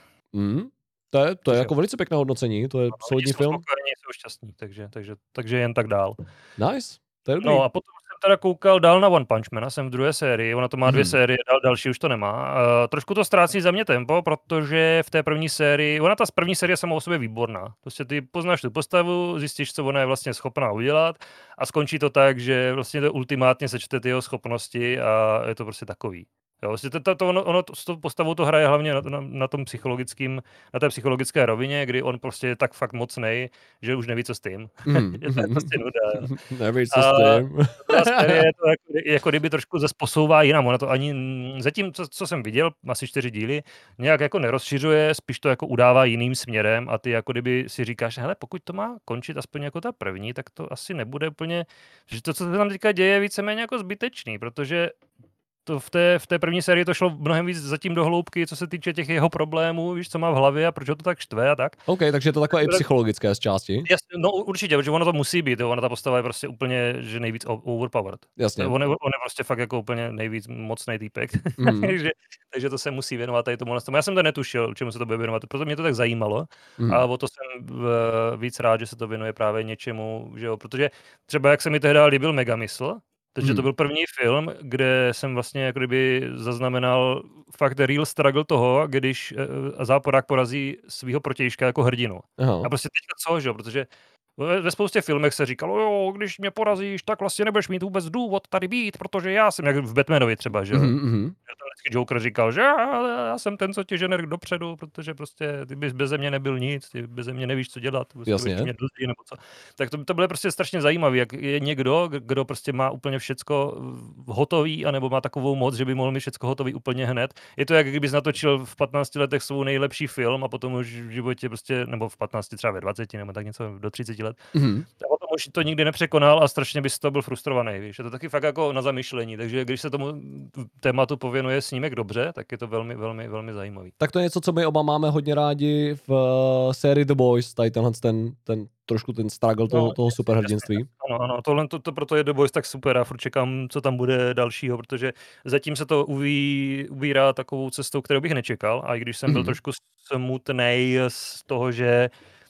S1: To je jako velice pěkné hodnocení, to je solidní
S2: jsou
S1: film.
S2: spokojení, jsou šťastní, takže jen tak dál.
S1: Nice, to je dobrý.
S2: No a potom jsem teda koukal dál na One Punch Man, jsem v druhé sérii, ona to má 2 série, další už to nemá. Trošku to ztrácí za mě tempo, protože v té první sérii, ta první série je sama o sobě výborná. Prostě ty poznáš tu postavu, zjistíš, co ona je vlastně schopná udělat a skončí to tak, že vlastně to ultimátně sečte ty jeho schopnosti a je to prostě takový. Jo, vlastně ono s tou postavou to hraje hlavně na tom psychologickém, na té psychologické rovině, kdy on prostě je tak fakt mocnej, že už neví, co s tím. Je to prostě nuda.
S1: Neví, co s tím.
S2: Ta série to jako kdyby trošku zase posouvá jinam. Ona to ani zatím, co jsem viděl, asi 4 díly, nějak jako nerozšiřuje, spíš to jako udává jiným směrem a ty jako kdyby si říkáš, hele, pokud to má končit aspoň jako ta první, tak to asi nebude úplně, že to, co se tam teďka děje, je víceméně jako zbytečný, protože to v té první sérii to šlo mnohem víc zatím do hloubky, co se týče těch jeho problémů, víš, co má v hlavě a proč ho to tak štve a tak.
S1: OK, takže je to takové i psychologické z části.
S2: Jasně, no určitě, protože ono to musí být, jo, ona ta postava je prostě úplně, že nejvíc overpowered.
S1: Jasně.
S2: On je prostě fakt jako úplně nejvíc mocnej týpek, takže to se musí věnovat tady tomu. Já jsem to netušil, čemu se to bude věnovat, proto mě to tak zajímalo a o to jsem víc rád, že se to věnuje právě něčemu, že jo, protože třeba jak se mi tehdy líbil Megamysl, takže to byl první film, kde jsem vlastně jako kdyby zaznamenal fakt real struggle toho, když záporák porazí svého protějška jako hrdinu.
S1: Aha.
S2: A prostě teďka co, že jo, protože ve spoustě filmech se říkalo, jo, když mě porazíš, tak vlastně nebudeš mít vůbec důvod tady být, protože já jsem, jak v Batmanovi třeba, že jo. Vždycky Joker říkal, že já jsem ten, co tě žene dopředu, protože prostě ty bys beze mě nebyl nic, ty beze mě nevíš, co dělat,
S1: Jasně.
S2: mě dozí, nebo co. Tak to bylo prostě strašně zajímavé, jak je někdo, kdo prostě má úplně všecko hotový, anebo má takovou moc, že by mohl mít všecko hotový úplně hned. Je to, jak kdybys natočil v 15 letech svou nejlepší film a potom už v životě prostě, nebo v 15 třeba ve 20, nebo tak něco do 30 let. A potom už to nikdy nepřekonal a strašně bys to byl frustrovaný, víš. Je to taky fakt jako na zamyšlení, takže když se tomu tématu pověnuje snímek dobře, tak je to velmi, velmi, velmi zajímavý.
S1: Tak to je něco, co my oba máme hodně rádi v sérii The Boys, tady ten trošku ten struggle toho superhrdinství.
S2: Ano, to proto je The Boys tak super a furt čekám, co tam bude dalšího, protože zatím se to ubírá takovou cestou, kterou bych nečekal, a i když jsem byl trošku smutnej z toho, že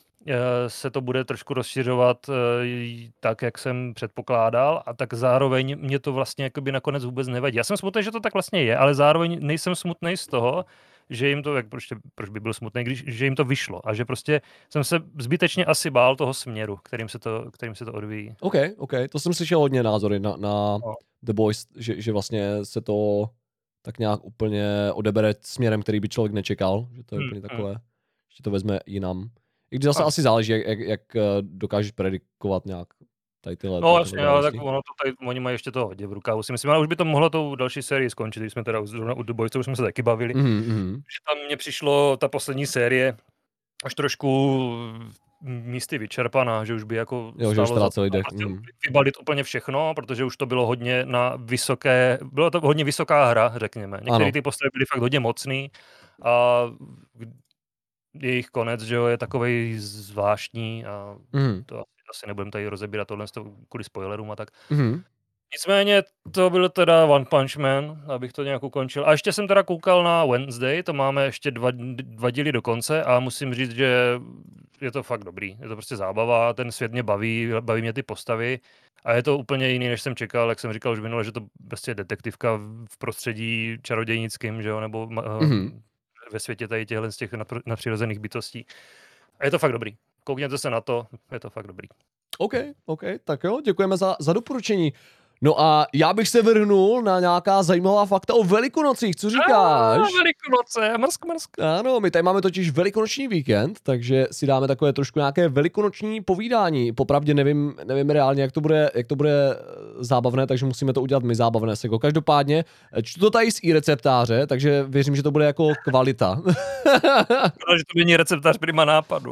S2: se to bude trošku rozšiřovat tak, jak jsem předpokládal, a tak zároveň mě to vlastně jakoby nakonec vůbec nevadí. Já jsem smutný, že to tak vlastně je, ale zároveň nejsem smutný z toho, že jim to, proč by byl smutný, že jim to vyšlo a že prostě jsem se zbytečně asi bál toho směru, kterým se to odvíjí.
S1: OK, to jsem slyšel hodně názory na The Boys, že vlastně se to tak nějak úplně odebere směrem, který by člověk nečekal, že to je úplně takové, že to vezme jinam. I když zase asi záleží, jak dokážeš predikovat nějak tady tyhle.
S2: No jasně, ale tak ono to tady, oni mají ještě to hodně v rukávu, si myslím, ale už by to mohlo tou další sérii skončit, když jsme teda u The Boys, už jsme se taky bavili. Že tam mně přišlo ta poslední série až trošku místy vyčerpaná, že už by jako
S1: stálo za
S2: vybalit úplně všechno, protože už to bylo hodně byla to hodně vysoká hra, řekněme. Některé ty postavy byly fakt hodně mocný a jejich konec, že jo, je takovej zvláštní a to asi nebudeme tady rozebírat tohle kvůli spoilerům a tak. Nicméně to byl teda One Punch Man, abych to nějak ukončil. A ještě jsem teda koukal na Wednesday, to máme ještě dva díly do konce a musím říct, že je to fakt dobrý. Je to prostě zábava, ten svět mě baví mě ty postavy a je to úplně jiný, než jsem čekal, jak jsem říkal už minule, že to prostě je detektivka v prostředí čarodějnickým, že jo, nebo ve světě tady těchhle z těch nadpřirozených bytostí. A je to fakt dobrý. Koukněte se na to, je to fakt dobrý.
S1: OK, tak jo, děkujeme za doporučení. No a já bych se vrhnul na nějaká zajímavá fakta o Velikonocích, co říkáš?
S2: Velikonoce, mrsk.
S1: Ano, my tady máme totiž velikonoční víkend, takže si dáme takové trošku nějaké velikonoční povídání. Popravdě nevím reálně, jak to bude zábavné, takže musíme to udělat my zábavné seko. Každopádně čtu to tady z receptáře, takže věřím, že to bude jako kvalita.
S2: Že to není receptář prima nápadu.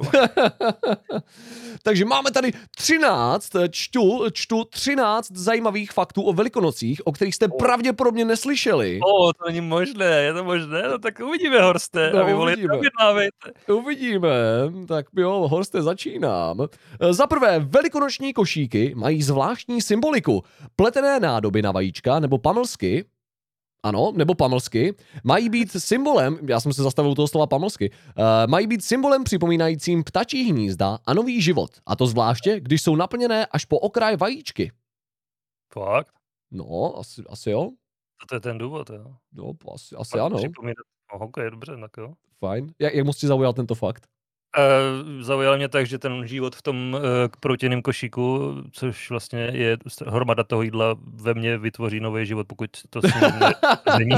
S1: Takže máme tady 13, čtu 13 zajímavých faktů o Velikonocích, o kterých jste pravděpodobně neslyšeli.
S2: To není možné, je to možné? No tak uvidíme, Horste, a vy volíte,
S1: Uvidíme, tak jo, Horste, začínám. Za prvé, velikonoční košíky mají zvláštní symboliku. Pletené nádoby na vajíčka nebo pamlsky, ano, nebo pamlsky, mají být symbolem, já jsem se zastavil u toho slova pamlsky, mají být symbolem připomínajícím ptačí hnízda a nový život. A to zvláště, když jsou naplněné až po okraj vajíčky.
S2: Fakt?
S1: No, asi jo.
S2: To je ten důvod, jo.
S1: No, asi ano.
S2: Ok, dobře, tak jo.
S1: Fajn. Jak moc ti zaujal tento fakt?
S2: Zaujal mě tak, že ten život v tom protěném košíku, což vlastně je hromada toho jídla, ve mně vytvoří nový život, pokud to s ním není.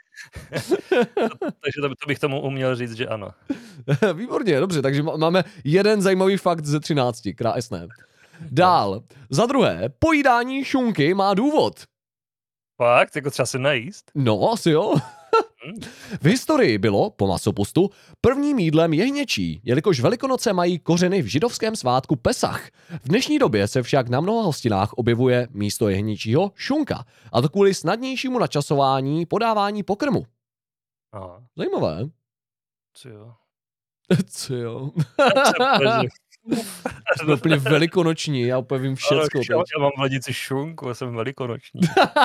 S2: Takže to bych tomu uměl říct, že ano.
S1: Výborně, dobře, takže máme jeden zajímavý fakt ze 13, krásné. Dál. Za druhé, pojídání šunky má důvod.
S2: Fakt? Jako třeba se najíst?
S1: No, asi jo. V historii bylo, po masopustu, prvním jídlem jehněčí, jelikož Velikonoce mají kořeny v židovském svátku Pesach. V dnešní době se však na mnoha hostinách objevuje místo jehněčího šunka, a to kvůli snadnějšímu načasování podávání pokrmu.
S2: Aha.
S1: Zajímavé.
S2: Co jo?
S1: Co jo? Jsme úplně velikonoční, já úplně vím všecko.
S2: Já mám v lednici šunku, já jsem velikonoční.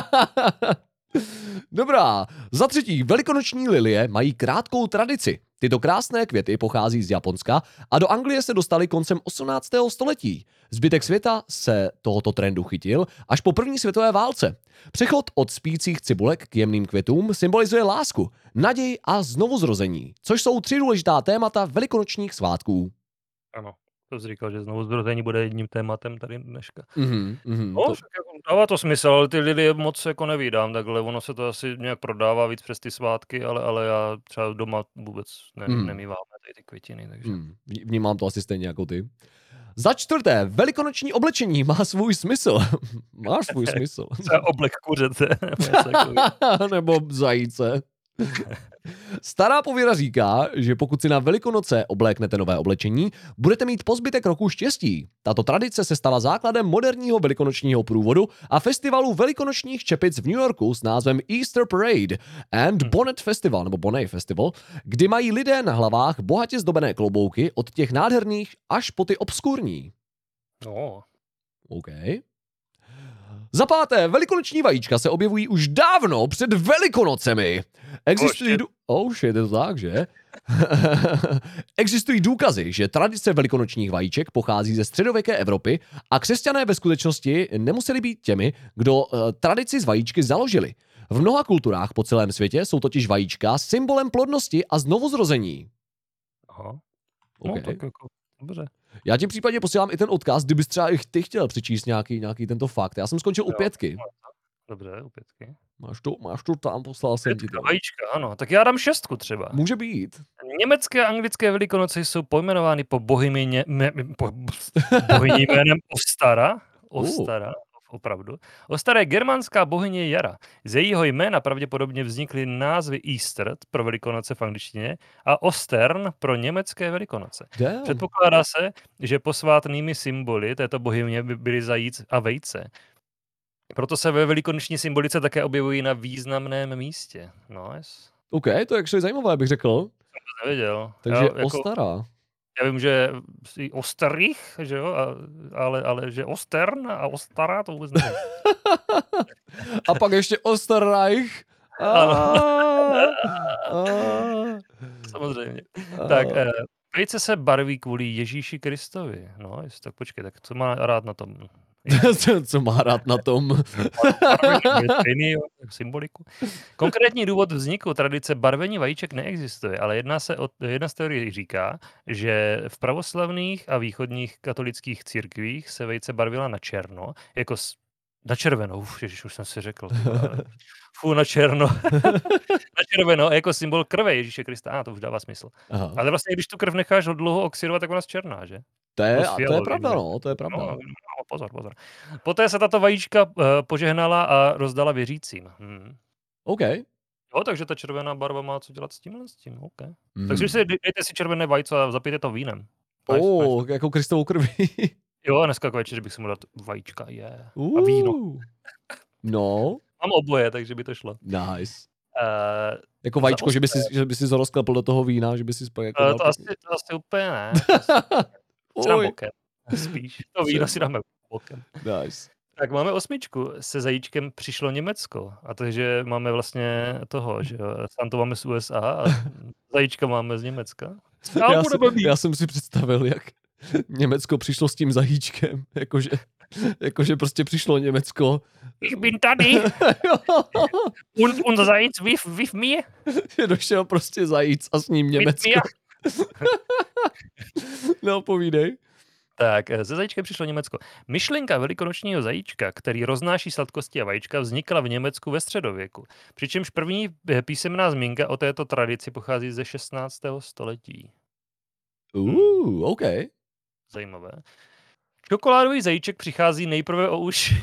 S1: Dobrá. Za třetí, velikonoční lilie mají krátkou tradici. Tyto krásné květy pochází z Japonska a do Anglie se dostaly koncem 18. století. Zbytek světa se tohoto trendu chytil až po první světové válce. Přechod od spících cibulek k jemným květům symbolizuje lásku, naději a znovuzrození, což jsou 3 důležitá témata velikonočních svátků.
S2: Ano. To jsi říkal, že znovuzrození bude jedním tématem tady dneška.
S1: No,
S2: to... dává to smysl, ale ty lilie moc jako nevídám takhle, ono se to asi nějak prodává víc přes ty svátky, ale já třeba doma vůbec nemýváme tady ty květiny, takže...
S1: Vnímám to asi stejně jako ty. Za čtvrté, velikonoční oblečení má svůj smysl. Máš svůj smysl.
S2: Třeba oblek kuřete.
S1: Nebo zajíce. Stará pověra říká, že pokud si na Velikonoce obléknete nové oblečení, budete mít po zbytek roku štěstí. Tato tradice se stala základem moderního velikonočního průvodu a festivalu velikonočních čepic v New Yorku s názvem Easter Parade and Bonnet Festival, nebo Bonnet Festival, kdy mají lidé na hlavách bohatě zdobené klobouky od těch nádherných až po ty obskurní.
S2: No.
S1: OK. Za páté, velikonoční vajíčka se objevují už dávno před Velikonocemi. Je to tak, že? Existují důkazy, že tradice velikonočních vajíček pochází ze středověké Evropy a křesťané ve skutečnosti nemuseli být těmi, kdo tradici z vajíčky založili. V mnoha kulturách po celém světě jsou totiž vajíčka symbolem plodnosti a znovuzrození.
S2: Aha.
S1: Okay.
S2: No, tak jako, dobře.
S1: Já ti v případě posílám i ten odkaz, kdybys třeba i ty chtěl přečíst nějaký tento fakt. Já jsem skončil u 5.
S2: Dobře, u 5.
S1: Máš to tam, poslal jsem ti to.
S2: Vajíčka, ano. Tak já dám 6 třeba.
S1: Může být.
S2: Německé a anglické Velikonoce jsou pojmenovány po bohyni jménem Ostara. Opravdu. Ostara je germánská bohyně jara. Z jejího jména pravděpodobně vznikly názvy Easter pro Velikonoce v angličtině a Ostern pro německé Velikonoce.
S1: Damn.
S2: Předpokládá se, že posvátnými symboly této bohyně by byly zajíc a vejce. Proto se ve velikonoční symbolice také objevují na významném místě. Nice.
S1: OK, to je actually zajímavé, bych řekl.
S2: Jsem to nevěděl.
S1: Takže Ostara.
S2: Já vím, že Osterich, že jo, ale že Ostern a Ostara, to vůbec nevím.
S1: A pak ještě Osterreich.
S2: Samozřejmě. Tak, vejce se barví kvůli Ježíši Kristovi. No, tak počkej, tak co má rád na tom?
S1: Co má rád na tom?
S2: Symboliku. Konkrétní důvod vzniku tradice barvení vajíček neexistuje, ale jedna z teorií říká, že v pravoslavných a východních katolických církvích se vejce barvila na černo, jako na červenou, ježiš, už jsem si řekl. Na černo. Na červeno, jako symbol krve Ježíše Krista. To už dává smysl. Aha. Ale vlastně, když tu krev necháš dlouho oxidovat, tak ona zčerná, že?
S1: To je pravda, no, to je pravda.
S2: No, pozor. Poté se tato vajíčka požehnala a rozdala věřícím.
S1: OK.
S2: Jo, takže ta červená barva má co dělat s tím. OK. Takže dejte si červené vajco a zapijte to vínem.
S1: Nice. Jako Kristovou krví.
S2: Jo, dneska večer bych si mohl dát vajíčka, a víno. No. Mám oboje, takže by to šlo.
S1: Nice. Jako vajíčko, že by si rozklepl do toho vína, že by si spal jako
S2: to asi úplně ne. Si dám bokem. Spíš. To víno si dáme bokem.
S1: Nice.
S2: Tak máme 8. Se zajíčkem přišlo Německo. A takže máme vlastně toho, že Santu máme z USA a zajíčka máme z Německa.
S1: Já jsem si představil, jak Německo přišlo s tím zajíčkem. Jakože prostě přišlo Německo.
S2: Ich bin tady. Und unser Zajíc with mir.
S1: Je došel prostě zajíc a s ním Německo. No, povídej.
S2: Tak, se zajíčkem přišlo Německo. Myšlenka velikonočního zajíčka, který roznáší sladkosti a vajíčka, vznikla v Německu ve středověku. Přičemž první písemná zmínka o této tradici pochází ze 16. století.
S1: OK.
S2: Zajímavé. Čokoládový zajíček přichází nejprve o uši.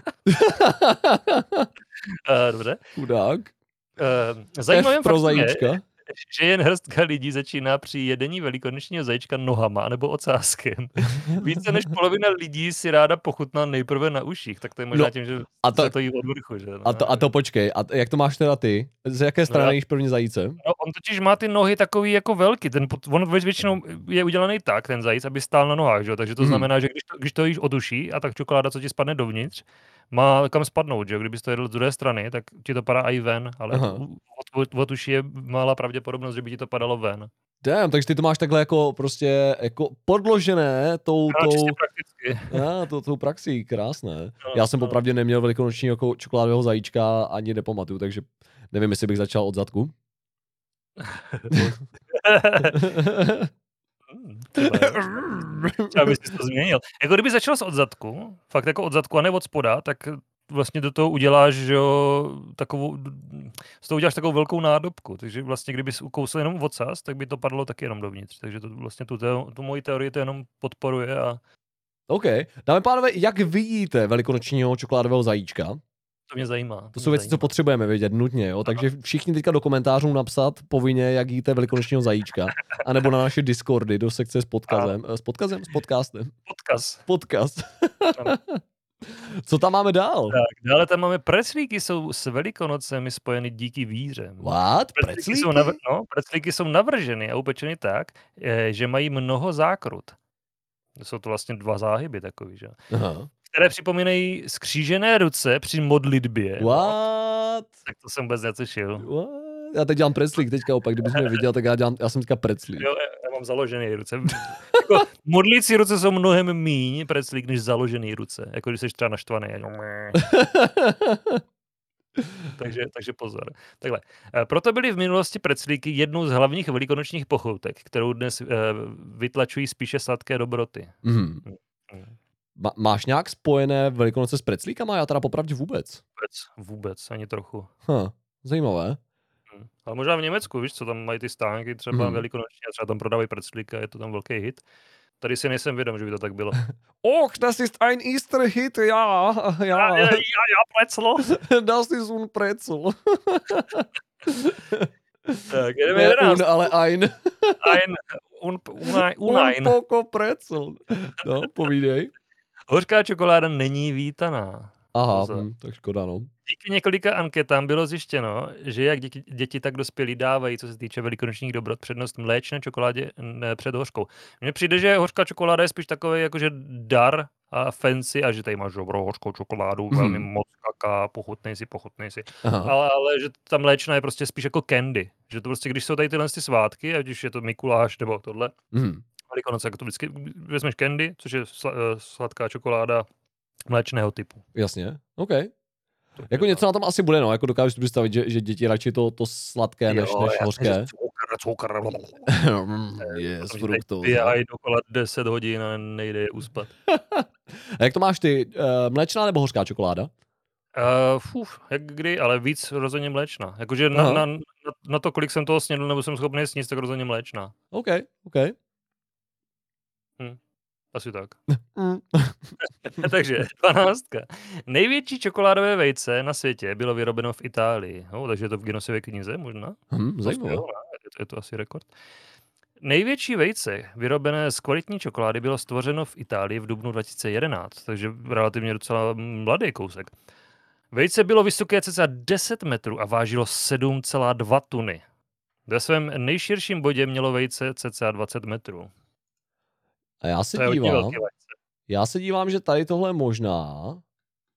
S2: Dobře.
S1: Chudák.
S2: Zajímavým
S1: pro
S2: faktem
S1: zajíčka.
S2: Je, že jen hrstka lidí začíná při jedení velikonočního zajíčka nohama nebo ocáskem. Více než polovina lidí si ráda pochutná nejprve na uších, tak to je možná tím, že se to jí od vrchu. Že?
S1: A to počkej, a jak to máš teda ty? Z jaké strany jíš první zajíce?
S2: No, on totiž má ty nohy takový jako velký, on většinou je udělaný tak, ten zajíc, aby stál na nohách, že? Takže to znamená, že když to jíš od uší a tak čokoláda, co ti spadne dovnitř, má kam spadnout, že? Kdybys to jedl z druhé strany, tak ti to padá i ven, ale od uší je malá pravděpodobnost, že by ti to padalo ven.
S1: Damn, takže ty to máš takhle jako prostě jako podložené tou praxí, krásné. Já jsem popravdě neměl velikonočního čokoládového zajíčka, ani nepamatuju, takže nevím, jestli bych začal od zadku.
S2: Třeba bys to změnil. Jako kdyby začal od zadku, fakt jako od zadku a ne od spoda, tak vlastně do toho uděláš, že jo, z toho uděláš takovou velkou nádobku, takže vlastně kdybys ukousl jenom ocas, tak by to padlo taky jenom dovnitř, takže to vlastně tu moji teorii to jenom podporuje a...
S1: OK. Dáme pánové, jak vidíte velikonočního čokoládového zajíčka?
S2: To mě zajímá.
S1: To jsou věci, co potřebujeme vědět nutně, jo? Takže všichni teďka do komentářů napsat povinně, jak jíte velikonočního zajíčka, anebo na naše Discordy do sekce s podcastem. S podcastem. Podcast. Co tam máme dál?
S2: Tak, dále tam máme preclíky, jsou s Velikonocemi spojeny díky víře.
S1: What?
S2: Preclíky jsou navrženy a upečeny tak, že mají mnoho zákrut. Jsou to vlastně 2 záhyby takový, že?
S1: Aha.
S2: Které připomínají skřížené ruce při modlitbě.
S1: What?
S2: Tak to jsem vůbec netušil.
S1: What? Já teď dělám preclík teďka opak, kdybys mě viděl, tak já jsem teďka preclík.
S2: Jo, já mám založený ruce. Jako, modlící ruce jsou mnohem míň preclík, než založený ruce. Jako když jsi třeba naštvaný. takže pozor. Takhle. Proto byly v minulosti preclíky jednou z hlavních velikonočních pochoutek, kterou dnes vytlačují spíše sladké dobroty.
S1: Máš nějak spojené Velikonoce s preclíkama? Já teda popravdě vůbec.
S2: Vůbec, ani trochu.
S1: Zajímavé.
S2: Ale možná v Německu, víš, co tam mají ty stánky, třeba velikonoční a třeba tam prodávají preclíka, je to tam velký hit. Tady si nejsem vědom, že by to tak bylo.
S1: Och, das ist ein Easter-Hit, ja.
S2: Ja, Pretzl.
S1: Das ist un Pretzl.
S2: Tak, jdeme 11.
S1: Ale ein.
S2: Un
S1: poco Pretzl. No, povídej.
S2: Hořká čokoláda není vítaná.
S1: Aha, tak škoda, no.
S2: Díky několika anketám bylo zjištěno, že jak děti tak dospělí dávají, co se týče velikonočních dobrot, přednost mléčné čokoládě před hořkou. Mně přijde, že hořká čokoláda je spíš takový jakože dar a fancy a že tady máš dobrou hořkou čokoládu, velmi moc kaká, pochutnej si. Ale že ta mléčná je prostě spíš jako candy. Že to prostě, když jsou tady tyhle svátky, ať už je to Mikuláš nebo tohle, Velikonoce, jako to vždycky vezmeš candy, což je sladká čokoláda mléčného typu.
S1: Jasně, OK. Jako něco na tom asi bude, no, jako dokážu si představit, že děti radši to sladké než hořké.
S2: Cukr.
S1: Yes, fruktóza.
S2: Já jdu okolo 10 hodin a nejde je uspat.
S1: A jak to máš ty? Mléčná nebo hořká čokoláda?
S2: Jak kdy, ale víc rozhodně mléčná. Jakože na to, kolik jsem toho snědl, nebo jsem schopný sníst, tak rozhodně mléčná.
S1: OK.
S2: Asi tak. Takže 12. Největší čokoládové vejce na světě bylo vyrobeno v Itálii. Takže je to v Guinnessově knize možná?
S1: Zajímavé.
S2: Je to asi rekord. Největší vejce vyrobené z kvalitní čokolády bylo stvořeno v Itálii v dubnu 2011, takže relativně docela mladý kousek. Vejce bylo vysoké cca 10 metrů a vážilo 7,2 tuny. Ve svém nejširším bodě mělo vejce cca 20 metrů.
S1: A já se dívám, že tady tohle možná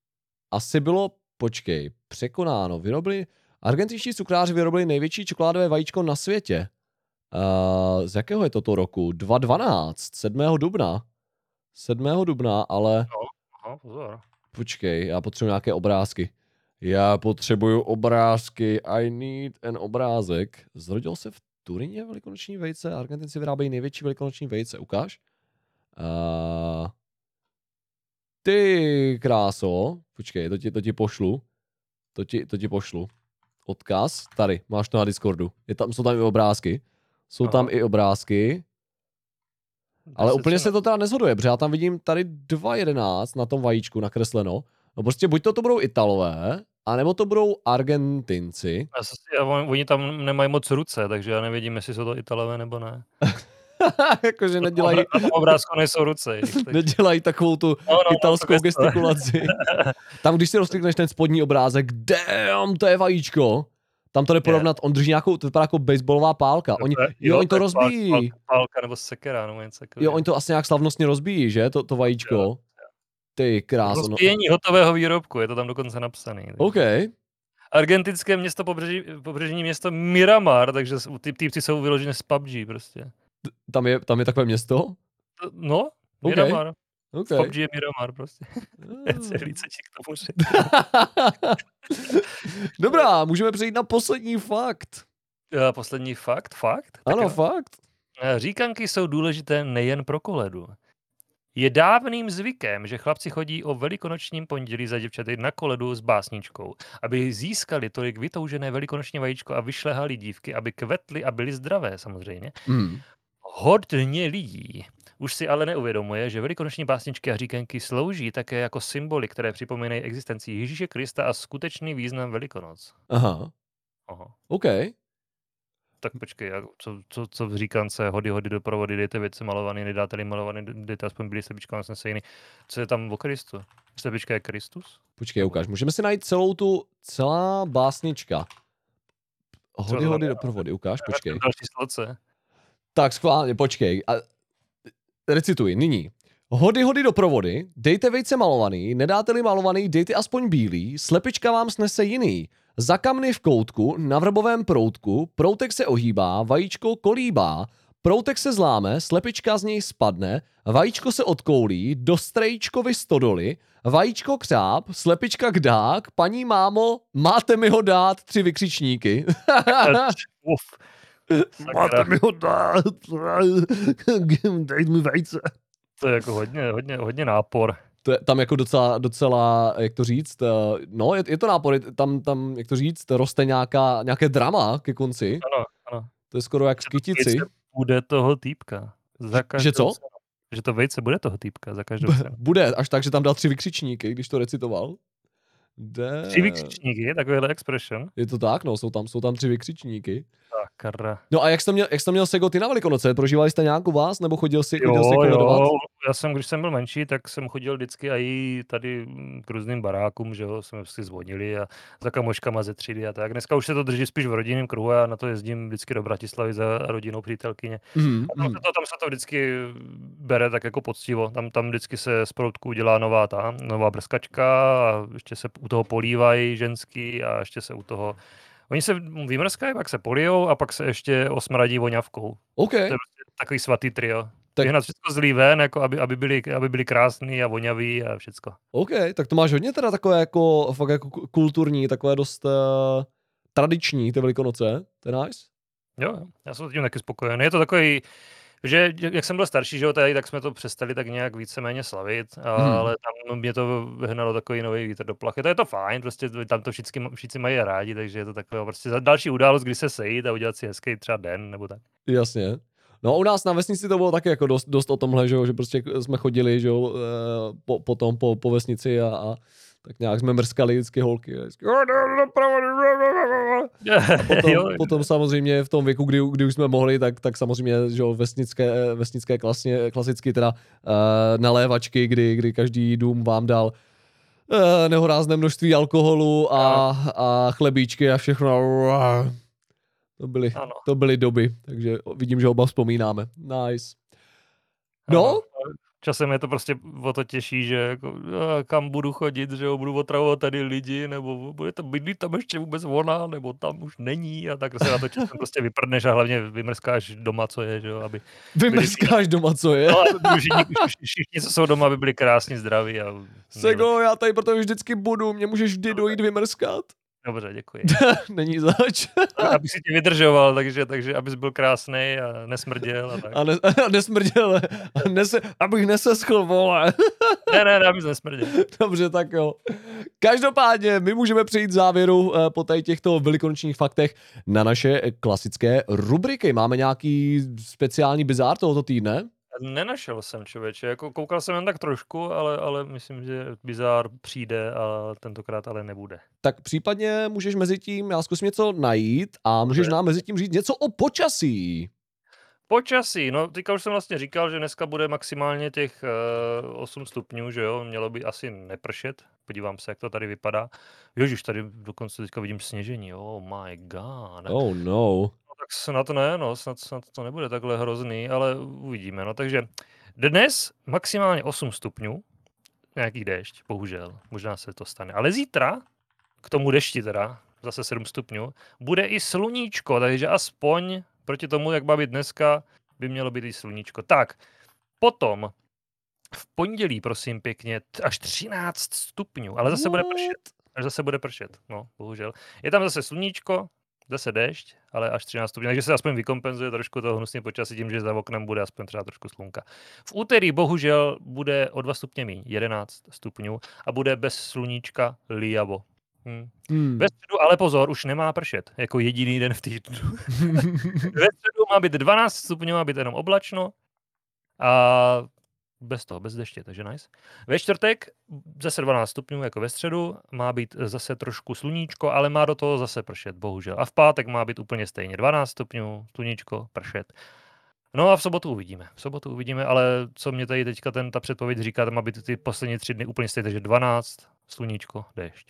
S1: asi bylo, počkej, překonáno. Argentinští cukráři vyrobili největší čokoládové vajíčko na světě. Z jakého je toto roku? 2012, 7. dubna. 7. dubna, ale...
S2: No, aha, pozor.
S1: Počkej, já potřebuji nějaké obrázky. Já potřebuju obrázky. I need an obrázek. Zrodil se v Turíně velikonoční vejce? Argentinci vyrábějí největší velikonoční vejce. Ukáž? Ty kráso. Počkej, to ti pošlu. To ti pošlu. Odkaz. Tady, máš to na Discordu. Jsou tam i obrázky. Jsou tam i obrázky. Ale úplně se to teda nezhoduje, protože já tam vidím tady 2.11 na tom vajíčku nakresleno. No prostě buď to budou Italové, anebo to budou Argentinci.
S2: Oni tam nemají moc ruce, takže já nevidím, jestli jsou to Italové nebo ne.
S1: Jakože nedělají...
S2: Na tom obrázku nejsou ruce.
S1: Nedělají takovou tu italskou gestikulaci. Tam, když si rozklikneš ten spodní obrázek, damn, to je vajíčko. Tam to jde porovnat, on drží nějakou, to vypadá jako baseballová pálka. Oni to rozbíjí.
S2: Pálka nebo sekera, nebo něco takového.
S1: Jo, oni to asi nějak slavnostně rozbíjí, že? To vajíčko. Jo. Ty kráso.
S2: Rozbíjení hotového výrobku, je to tam dokonce napsaný.
S1: OK.
S2: Argentinské město, pobřežní město Miramar, takže ty týpci jsou vyložené z PUBG prostě.
S1: Tam je takové město?
S2: No, Miramar.
S1: Okay.
S2: PUBG je Miramar prostě. Celý co ti k tomu
S1: Dobrá, můžeme přejít na poslední fakt.
S2: Poslední fakt? Fakt?
S1: Ano, fakt.
S2: Říkanky jsou důležité nejen pro koledu. Je dávným zvykem, že chlapci chodí o velikonočním pondělí za děvčaty na koledu s básničkou, aby získali tolik vytoužené velikonoční vajíčko a vyšlehali dívky, aby kvetly a byly zdravé samozřejmě. Hodně lidí už si ale neuvědomuje, že velikonoční básničky a říkanky slouží také jako symboly, které připomínají existenci Ježíše Krista a skutečný význam Velikonoc.
S1: Aha. OK.
S2: Tak počkej, co v říkance, hody do provody, dejte věci malovaný, nedáte-li malovaný, dejte aspoň byli slepička, jsem se jiný. Co je tam o Kristu? Slepička je Kristus?
S1: Počkej, ukáž, můžeme si najít celá básnička. Hody do provody, ukáž, počkej.
S2: Další sloce.
S1: Tak schválně, počkej. Recituji, nyní. Hody do provody, dejte vejce malovaný, nedáte-li malovaný, dejte aspoň bílý, slepička vám snese jiný. Za kamny v koutku, na vrbovém proutku, proutek se ohýbá, vajíčko kolíbá, proutek se zláme, slepička z něj spadne, vajíčko se odkoulí, do strejčkovy stodoly, vajíčko křáp, slepička kdák, paní mámo, máte mi ho dát, 3 vykřičníky. Máte mi ho dát, dejte mi vejce.
S2: To je jako hodně nápor.
S1: To je tam jako docela, jak to říct, no je to nápor, tam, jak to říct, roste nějaké drama ke konci.
S2: Ano.
S1: To je skoro jak v Kytici.
S2: Bude toho týpka.
S1: Že co?
S2: Že to vejce bude toho týpka za každou cenu.
S1: Bude, až tak, že tam dal 3 vykřičníky, když to recitoval.
S2: 3 vykřičníky, takovýhle expression.
S1: Je to tak, no, jsou tam 3 vykřičníky.
S2: Sakra.
S1: No a jak jsi měl Sego ty na Velikonoce? Prožívali jste nějak u vás, nebo chodil jsi koledovat?
S2: Jo, já jsem, když jsem byl menší, tak jsem chodil vždycky i tady k různým barákům, že jo, jsme si zvonili a za kamoškama ze třídy a tak. Dneska už se to drží spíš v rodinném kruhu a na to jezdím vždycky do Bratislavy za rodinou přítelkyně. A tam se to vždycky bere tak jako poctivo. Tam vždycky se z proutku udělá nová brskačka a ještě se u toho polívají ženský a ještě se u toho oni se vymrskají, pak se polijou a pak se ještě osmradí voňavkou.
S1: Okay.
S2: To je takový svatý trio. Vyhnat všechno zlý ven, jako aby byli krásný a voňavý a všecko.
S1: OK, tak to máš hodně teda takové jako, fakt jako kulturní, takové dost tradiční ty Velikonoce. To je nice.
S2: Jo, já jsem tím taky spokojený. Je to takový, že jak jsem byl starší, že jo, tady, tak jsme to přestali tak nějak víceméně slavit, ale tam mě to vyhnalo takový nový vítr do plachy. To je to fajn, prostě tam to všichni mají rádi, takže je to takové prostě další událost, kdy se sejít a udělat si hezký třeba den nebo tak.
S1: Jasně. No u nás na vesnici to bylo taky jako dost o tomhle, že prostě jsme chodili, že jo, potom po vesnici a tak nějak jsme mrskali vždycky holky. Potom samozřejmě v tom věku, kdy už jsme mohli, tak samozřejmě, že jo, vesnické klasicky teda nalévačky, kdy každý dům vám dal nehorázné množství alkoholu a chlebíčky a všechno. To byly doby, takže vidím, že oba vzpomínáme. Nice. No,
S2: časem je to prostě o to těžší, že jako, kam budu chodit, že jo, budu otravovat tady lidi, nebo bude to bydlí tam ještě vůbec ona, nebo tam už není a tak se na to časem prostě vyprdneš a hlavně vymrskáš doma, co je, že jo, aby byli
S1: Vymrskáš doma, co je.
S2: no, aby všichni, co jsou doma, aby byli krásně zdraví. A
S1: Sego, já tady proto vždycky budu, mě můžeš vždy dojít vymrskat.
S2: Dobře, děkuji.
S1: Není zač.
S2: Abych si tě vydržoval, takže abys byl krásnej a nesmrděl a tak.
S1: A nesmrděl, abych neseschl, vole.
S2: Ne, abys nesmrděl.
S1: Dobře, tak jo. Každopádně, my můžeme přejít k závěru po tady těchto velikonočních faktech na naše klasické rubriky. Máme nějaký speciální bizár tohoto týdne?
S2: Nenašel jsem, člověče. Jako koukal jsem jen tak trošku, ale myslím, že bizár přijde a tentokrát ale nebude.
S1: Tak případně můžeš mezi tím, já zkusím něco najít a můžeš nám mezi tím říct něco o počasí.
S2: Počasí, no teďka už jsem vlastně říkal, že dneska bude maximálně těch 8 stupňů, že jo, mělo by asi nepršet, podívám se, jak to tady vypadá. Ježiš, tady dokonce teďka vidím sněžení, oh my god.
S1: Oh no.
S2: No, tak snad ne, no, snad to nebude takhle hrozný, ale uvidíme, no, takže dnes maximálně 8 stupňů, nějaký déšť, bohužel, možná se to stane, ale zítra, k tomu dešti teda, zase 7 stupňů, bude i sluníčko, takže aspoň proti tomu, jak má být dneska, by mělo být i sluníčko. Tak, potom v pondělí, prosím pěkně, až 13 stupňů, ale zase bude pršet. Až zase bude pršet, no, bohužel. Je tam zase sluníčko, zase déšť, ale až 13 stupňů, takže se aspoň vykompenzuje trošku toho hnusně počasí tím, že za oknem bude aspoň třeba trošku slunka. V úterý bohužel bude o 2 stupně míň, 11 stupňů a bude bez sluníčka lijavo. Ve středu, ale pozor, už nemá pršet, jako jediný den v týdnu. Ve středu má být 12 stupňů, má být jenom oblačno a bez toho, bez deště, takže nice. Ve čtvrtek zase 12 stupňů, jako ve středu, má být zase trošku sluníčko, ale má do toho zase pršet, bohužel. A v pátek má být úplně stejně, 12 stupňů, sluníčko, pršet. No a v sobotu uvidíme, ale co mě tady teďka ta předpověď říká, tam má být ty poslední 3 dny úplně stejně, takže 12, sluníčko, déšť.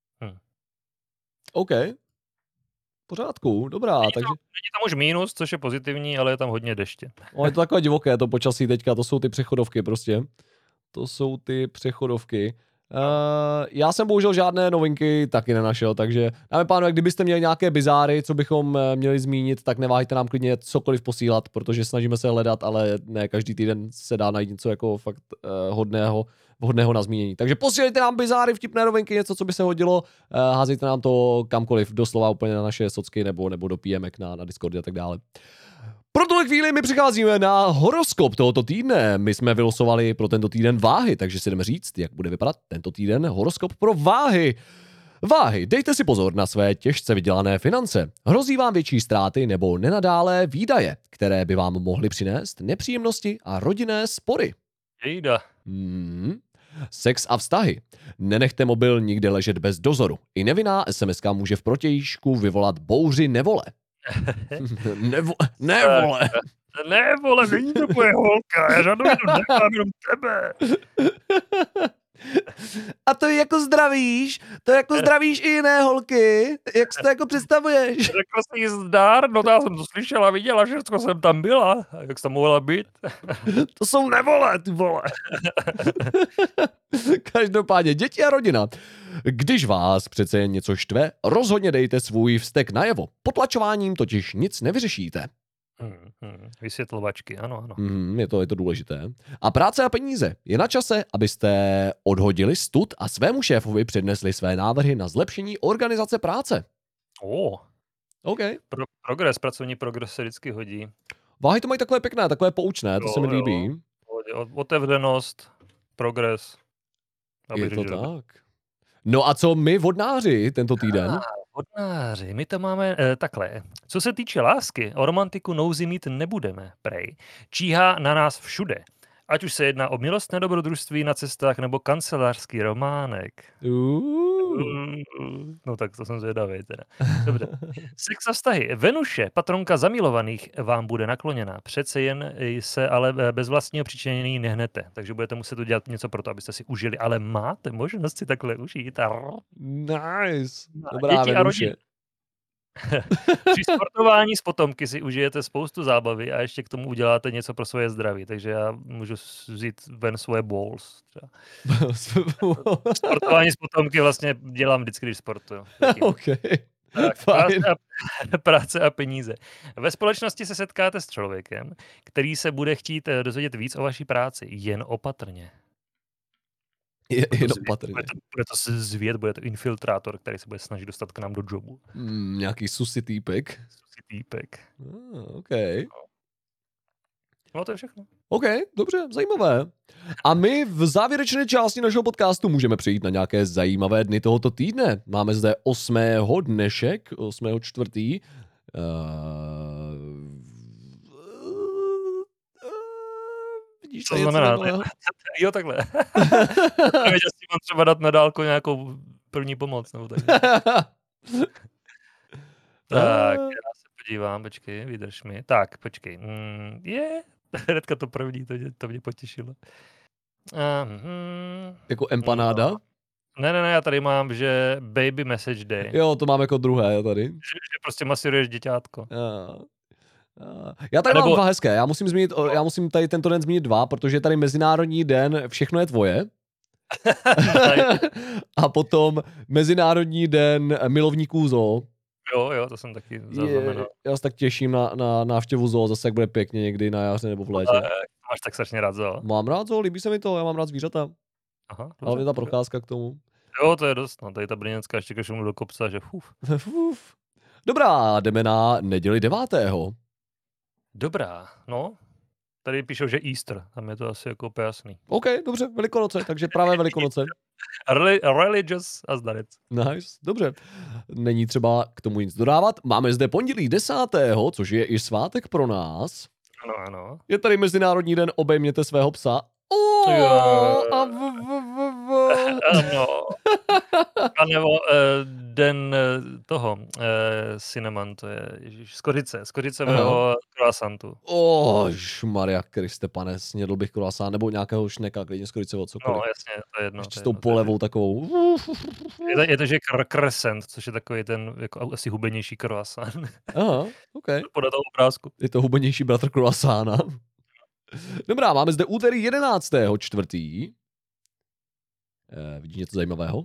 S1: OK. Pořádku, dobrá.
S2: Není
S1: takže...
S2: tam už mínus, což je pozitivní, ale je tam hodně deště.
S1: No, je to takové divoké, to počasí teďka, to jsou ty přechodovky prostě. To jsou ty přechodovky. Já jsem bohužel žádné novinky taky nenašel, takže dáme pánové, kdybyste měli nějaké bizáry, co bychom měli zmínit, tak neváhejte nám klidně cokoliv posílat, protože snažíme se hledat, ale ne každý týden se dá najít něco jako fakt vhodného na zmínění. Takže posílejte nám bizáry, vtipné novinky, něco, co by se hodilo, házejte nám to kamkoliv, doslova úplně na naše socky nebo do PMek na Discordy a tak dále. Pro tuhle chvíli my přicházíme na horoskop tohoto týdne. My jsme vylosovali pro tento týden váhy, takže si jdeme říct, jak bude vypadat tento týden horoskop pro váhy. Váhy, dejte si pozor na své těžce vydělané finance. Hrozí vám větší ztráty nebo nenadálé výdaje, které by vám mohly přinést nepříjemnosti a rodinné spory.
S2: Jejda.
S1: Sex a vztahy. Nenechte mobil nikde ležet bez dozoru. I nevinná SMS-ka může v protějšku vyvolat bouři nevole. Nevole.
S2: Nevole, není to tvoje holka, já žádnou nemám, jenom tebe.
S1: A to je jako zdravíš? To je jako zdravíš i jiné holky? Jak si to jako představuješ?
S2: Řekl jsi jí zdar? No to já jsem to slyšela, viděla, všechno jsem tam byla. Jak jsi tam mohla být?
S1: To jsou nevole, ty vole. Každopádně, děti a rodina. Když vás přece jen něco štve, rozhodně dejte svůj vztek najevo. Potlačováním totiž nic nevyřešíte.
S2: Vysvětlovačky, ano.
S1: Je to důležité. A práce a peníze. Je na čase, abyste odhodili stud a svému šéfovi přednesli své návrhy na zlepšení organizace práce. OK.
S2: Pracovní progres se vždycky hodí.
S1: Váhy to mají takové pěkné, takové poučné, to se mi líbí.
S2: Otevřenost, progres.
S1: Je to tak. No a co my vodnáři tento týden?
S2: Vodnáři, my to máme takhle. Co se týče lásky, o romantiku nouzi mít nebudeme, prej. Číhá na nás všude. Ať už se jedná o milostné dobrodružství na cestách nebo kancelářský románek. No tak to jsem zvědavý teda. Dobře. Sex a vztahy. Venuše, patronka zamilovaných, vám bude nakloněná. Přece jen se ale bez vlastního přičinění nehnete. Takže budete muset udělat něco pro to, abyste si užili. Ale máte možnost si takhle užít.
S1: Nice. Dobrá
S2: děti a rodiny. Při sportování s potomky si užijete spoustu zábavy a ještě k tomu uděláte něco pro svoje zdraví, takže já můžu vzít ven svoje balls třeba. Sportování s potomky vlastně dělám vždycky, když sportuju.
S1: OK.
S2: Tak,
S1: Fajn.
S2: práce a peníze. Ve společnosti se setkáte s člověkem, který se bude chtít dozvědět víc o vaší práci. Jen opatrně.
S1: Jen opatrně.
S2: Bude to zvěd, bude to infiltrátor, který se bude snažit dostat k nám do jobu.
S1: Nějaký susy týpek. OK.
S2: No to je všechno.
S1: OK, dobře, zajímavé. A my v závěrečné části našeho podcastu můžeme přejít na nějaké zajímavé dny tohoto týdne. Máme zde 8. dnešek, 8. čtvrtý. Vidíš,
S2: co znamená? Jo, takhle. Nevěděl, jestli mám třeba dát na dálku nějakou první pomoc, nebo tak. Tak, já se podívám, počkej, vydrž mi. Tak, počkej. Hnedka to první, to mě potěšilo.
S1: Jako empanáda?
S2: No. Ne, já tady mám, že baby message day.
S1: Jo, to mám jako druhé tady.
S2: Že prostě masíruješ děťátko.
S1: Já tady mám dva hezké. Já musím tady tento den zmínit dva, protože je tady Mezinárodní den Všechno je tvoje. A potom Mezinárodní den milovníků zoo.
S2: Jo, to jsem taky zaznamenal.
S1: Já se tak těším na návštěvu zoo, zase jak bude pěkně někdy na jaře nebo v létě.
S2: Máš tak strašně rád zoo?
S1: Mám rád zoo, líbí se mi to, já mám rád zvířata.
S2: Aha,
S1: ale mě ta procházka k tomu.
S2: Jo, to je dost, no, tady ta brněnská ještě kašlu do kopce, že
S1: fuf. Dobrá, jdeme na neděli 9.
S2: Dobrá, no. Tady píšou, že Easter, tam je to asi jako jasný.
S1: OK, dobře, Velikonoce, takže právě Velikonoce.
S2: Religious a zdarec.
S1: Nice, dobře. Není třeba k tomu nic dodávat. Máme zde pondělí 10., což je i svátek pro nás.
S2: Ano.
S1: Je tady Mezinárodní den Obejměte svého psa.
S2: Ano. A nebo den toho cinnamon, to je skořicového croissantu.
S1: Maria Kriste, pane, snědl bych croissant nebo nějakého šneka, klidně skořicového cokoliv.
S2: No, jasně, to je jedno.
S1: Ještě s tou polevou takovou.
S2: Je to, že crescent, což je takový ten jako asi hubenější croissant.
S1: Aha, OK.
S2: Podle toho obrázku.
S1: Je to hubenější bratr croissana. Dobrá, máme zde úterý 11. čtvrtý. Vidíš něco zajímavého?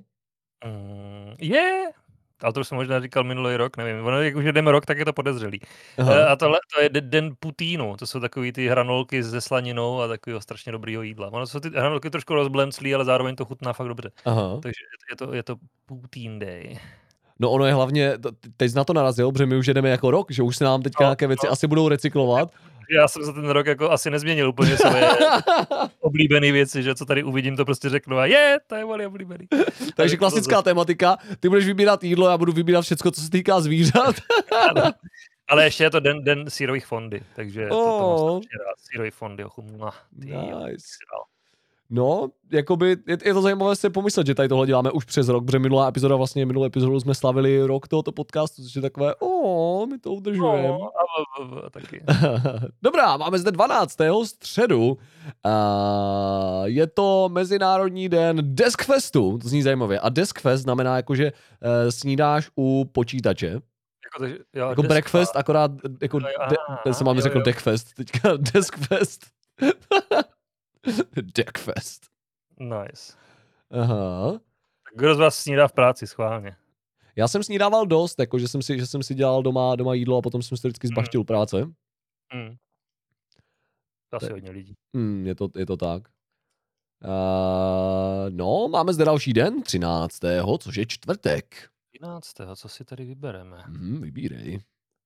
S2: Ale to už jsem možná říkal minulý rok, nevím. Ono, jak už jdeme rok, tak je to podezřelý. A to je den putínu. To jsou takový ty hranolky se slaninou a takového strašně dobrýho jídla. Ono jsou ty hranolky trošku rozblemclý, ale zároveň to chutná fakt dobře.
S1: Aha.
S2: Takže je to Putin Day.
S1: No ono je hlavně, teď na to narazil, protože my už jedeme jako rok, že už se nám teďka nějaké věci asi budou recyklovat.
S2: Já jsem za ten rok jako asi nezměnil úplně svoje oblíbené věci, že co tady uvidím, to prostě řeknu a to je moje oblíbený.
S1: Takže klasická tematika, ty budeš vybírat jídlo, já budu vybírat všecko, co se týká zvířat.
S2: Ale ještě je to den sírových fondy, takže to mám strašně rád. Sírový fondy,
S1: Nice. No, jakoby, je to zajímavé si pomyslet, že tady tohle děláme už přes rok, protože minulou epizodu jsme slavili rok tohoto podcastu, což je takové, my to udržujeme.
S2: Taky.
S1: Dobrá, máme zde 12. středu. Je to Mezinárodní den Deskfestu, to zní zajímavě. A Deskfest znamená jako, že snídáš u počítače. Jako breakfast, akorát jako jsem mám řekl Deckfest, teďka Deskfest. Deckfest.
S2: Nice.
S1: Aha.
S2: Kdo z vás snídá v práci schválně?
S1: Já jsem snídával dost, jako že jsem si dělal doma jídlo a potom jsem si to vždycky zbaštil práce.
S2: To asi hodně lidí.
S1: Je to tak. No, máme zde další den, 13., což je čtvrtek.
S2: 13., co si tady vybereme?
S1: Vybírej.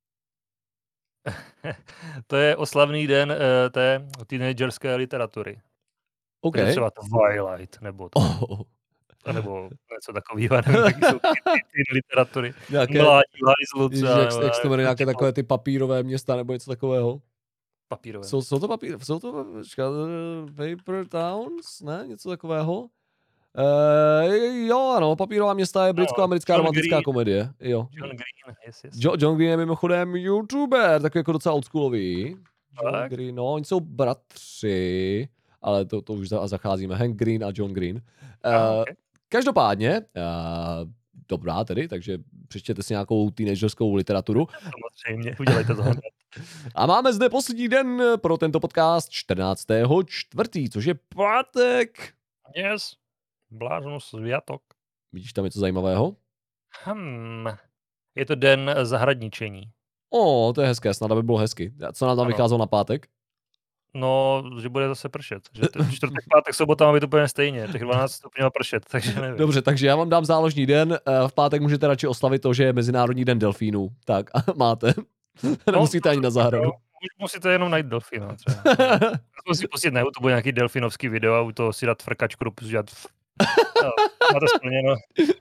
S2: To je oslavný den té teenagerské literatury.
S1: OK.
S2: Třeba Twilight, nebo to. Nebo něco takového, nevím, taky jsou ty literatury. Mládí hajzlu.
S1: Jak se to jmenuje, nějaké takové ty papírové města, nebo něco takového?
S2: Papírové.
S1: Jsou to Paper Towns, ne? Něco takového? Jo, ano, Papírová města je britsko-americká romantická komedie. Jo.
S2: John Green, yes.
S1: John Green je mimochodem youtuber, takový jako docela oldschoolový. John Green, no, oni jsou bratři, ale to už zacházíme. Hank Green a John Green.
S2: Okay.
S1: Každopádně, dobrá tedy, takže přečtěte si nějakou teenagerskou literaturu.
S2: Samozřejmě, udělejte to hned.
S1: A máme zde poslední den pro tento podcast 14.4., což je pátek.
S2: Yes, bláznu sviatok.
S1: Vidíš tam něco zajímavého?
S2: Je to den zahradničení.
S1: To je hezké, snad aby bylo hezky. Co nám tam vycházelo na pátek?
S2: No, že bude zase pršet. Že čtvrtek, pátek, sobota má být úplně stejně. Těch 12 stupňů má pršet, takže nevím.
S1: Dobře, takže já vám dám záložní den. V pátek můžete radši oslavit to, že je Mezinárodní den delfínů. Tak, máte. Nemusíte ani na zahradu.
S2: Musíte jenom najít delfína třeba. Musím si pustit na YouTube nějaký delfinovský video a u toho si dát frkačku, dělat máte splněno.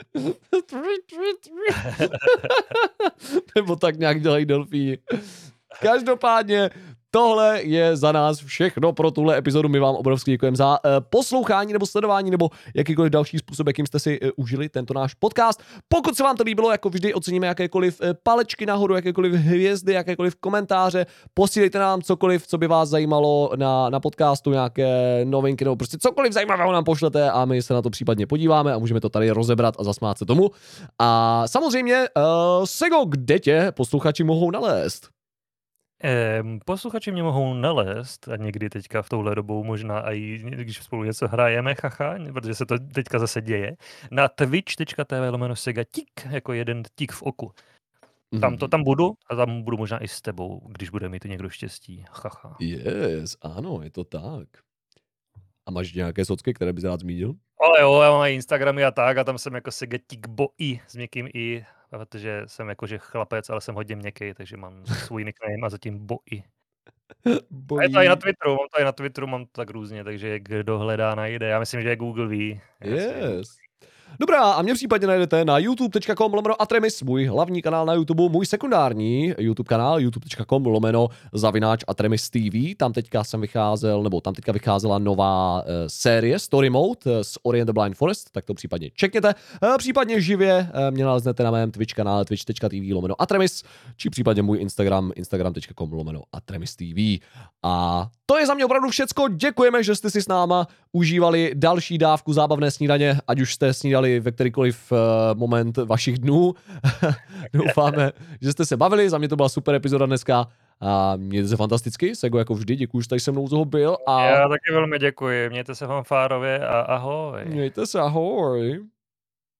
S1: Nebo tak nějak dělají delfíni. Každopádně tohle je za nás všechno pro tuhle epizodu. My vám obrovsky děkujeme za poslouchání nebo sledování nebo jakýkoliv další způsob, jakým jste si užili tento náš podcast. Pokud se vám to líbilo, jako vždy oceníme jakékoliv palečky nahoru, jakékoliv hvězdy, jakékoliv komentáře. Posílejte nám cokoliv, co by vás zajímalo na podcastu, nějaké novinky nebo prostě cokoliv zajímavého nám pošlete a my se na to případně podíváme a můžeme to tady rozebrat a zasmát se tomu. A samozřejmě, Sego, kde tě posluchači mohou nalézt?
S2: Posluchači mě mohou nalézt a někdy teďka v touhle dobou možná i když spolu něco hrajeme, chacha, protože se to teďka zase děje, na twitch.tv/segatik, jako jeden tik v oku. Tam budu a tam budu možná i s tebou, když bude mít někdo štěstí. Chacha.
S1: Yes, ano, je to tak. A máš nějaké socky, které bys rád zmínil?
S2: Ale jo, já mám Instagramy a tak a tam jsem jako Segatik Boy s měkkým i, protože jsem jakože chlapec, ale jsem hodně měkký, takže mám svůj nickname a zatím Boy. A je to i na Twitteru, mám to tak různě, takže kdo hledá, najde. Já myslím, že Google ví.
S1: Yes. Dobrá, a mě případně najdete na youtube.com/Atremis, můj hlavní kanál na YouTube, můj sekundární YouTube kanál, youtube.com/Atremis TV. Tam teďka vycházela nová série Story Mode z Ori and the Blind Forest, tak to případně čekněte. Případně živě mě naleznete na mém Twitch kanále twitch.tv/Atremis, či případně můj Instagram, instagram.com/Atremis TV. A to je za mě opravdu všecko. Děkujeme, že jste si s náma užívali další dávku zábavné snídaně, ať už jste snídali ve kterýkoliv moment vašich dnů. Doufáme, že jste se bavili. Za mě to byla super epizoda dneska. A mějte se fantasticky. Sego, jako vždy, děkuji, že tady se mnou toho byl. A
S2: já taky velmi děkuji. Mějte se fanfárově a ahoj.
S1: Mějte se, ahoj.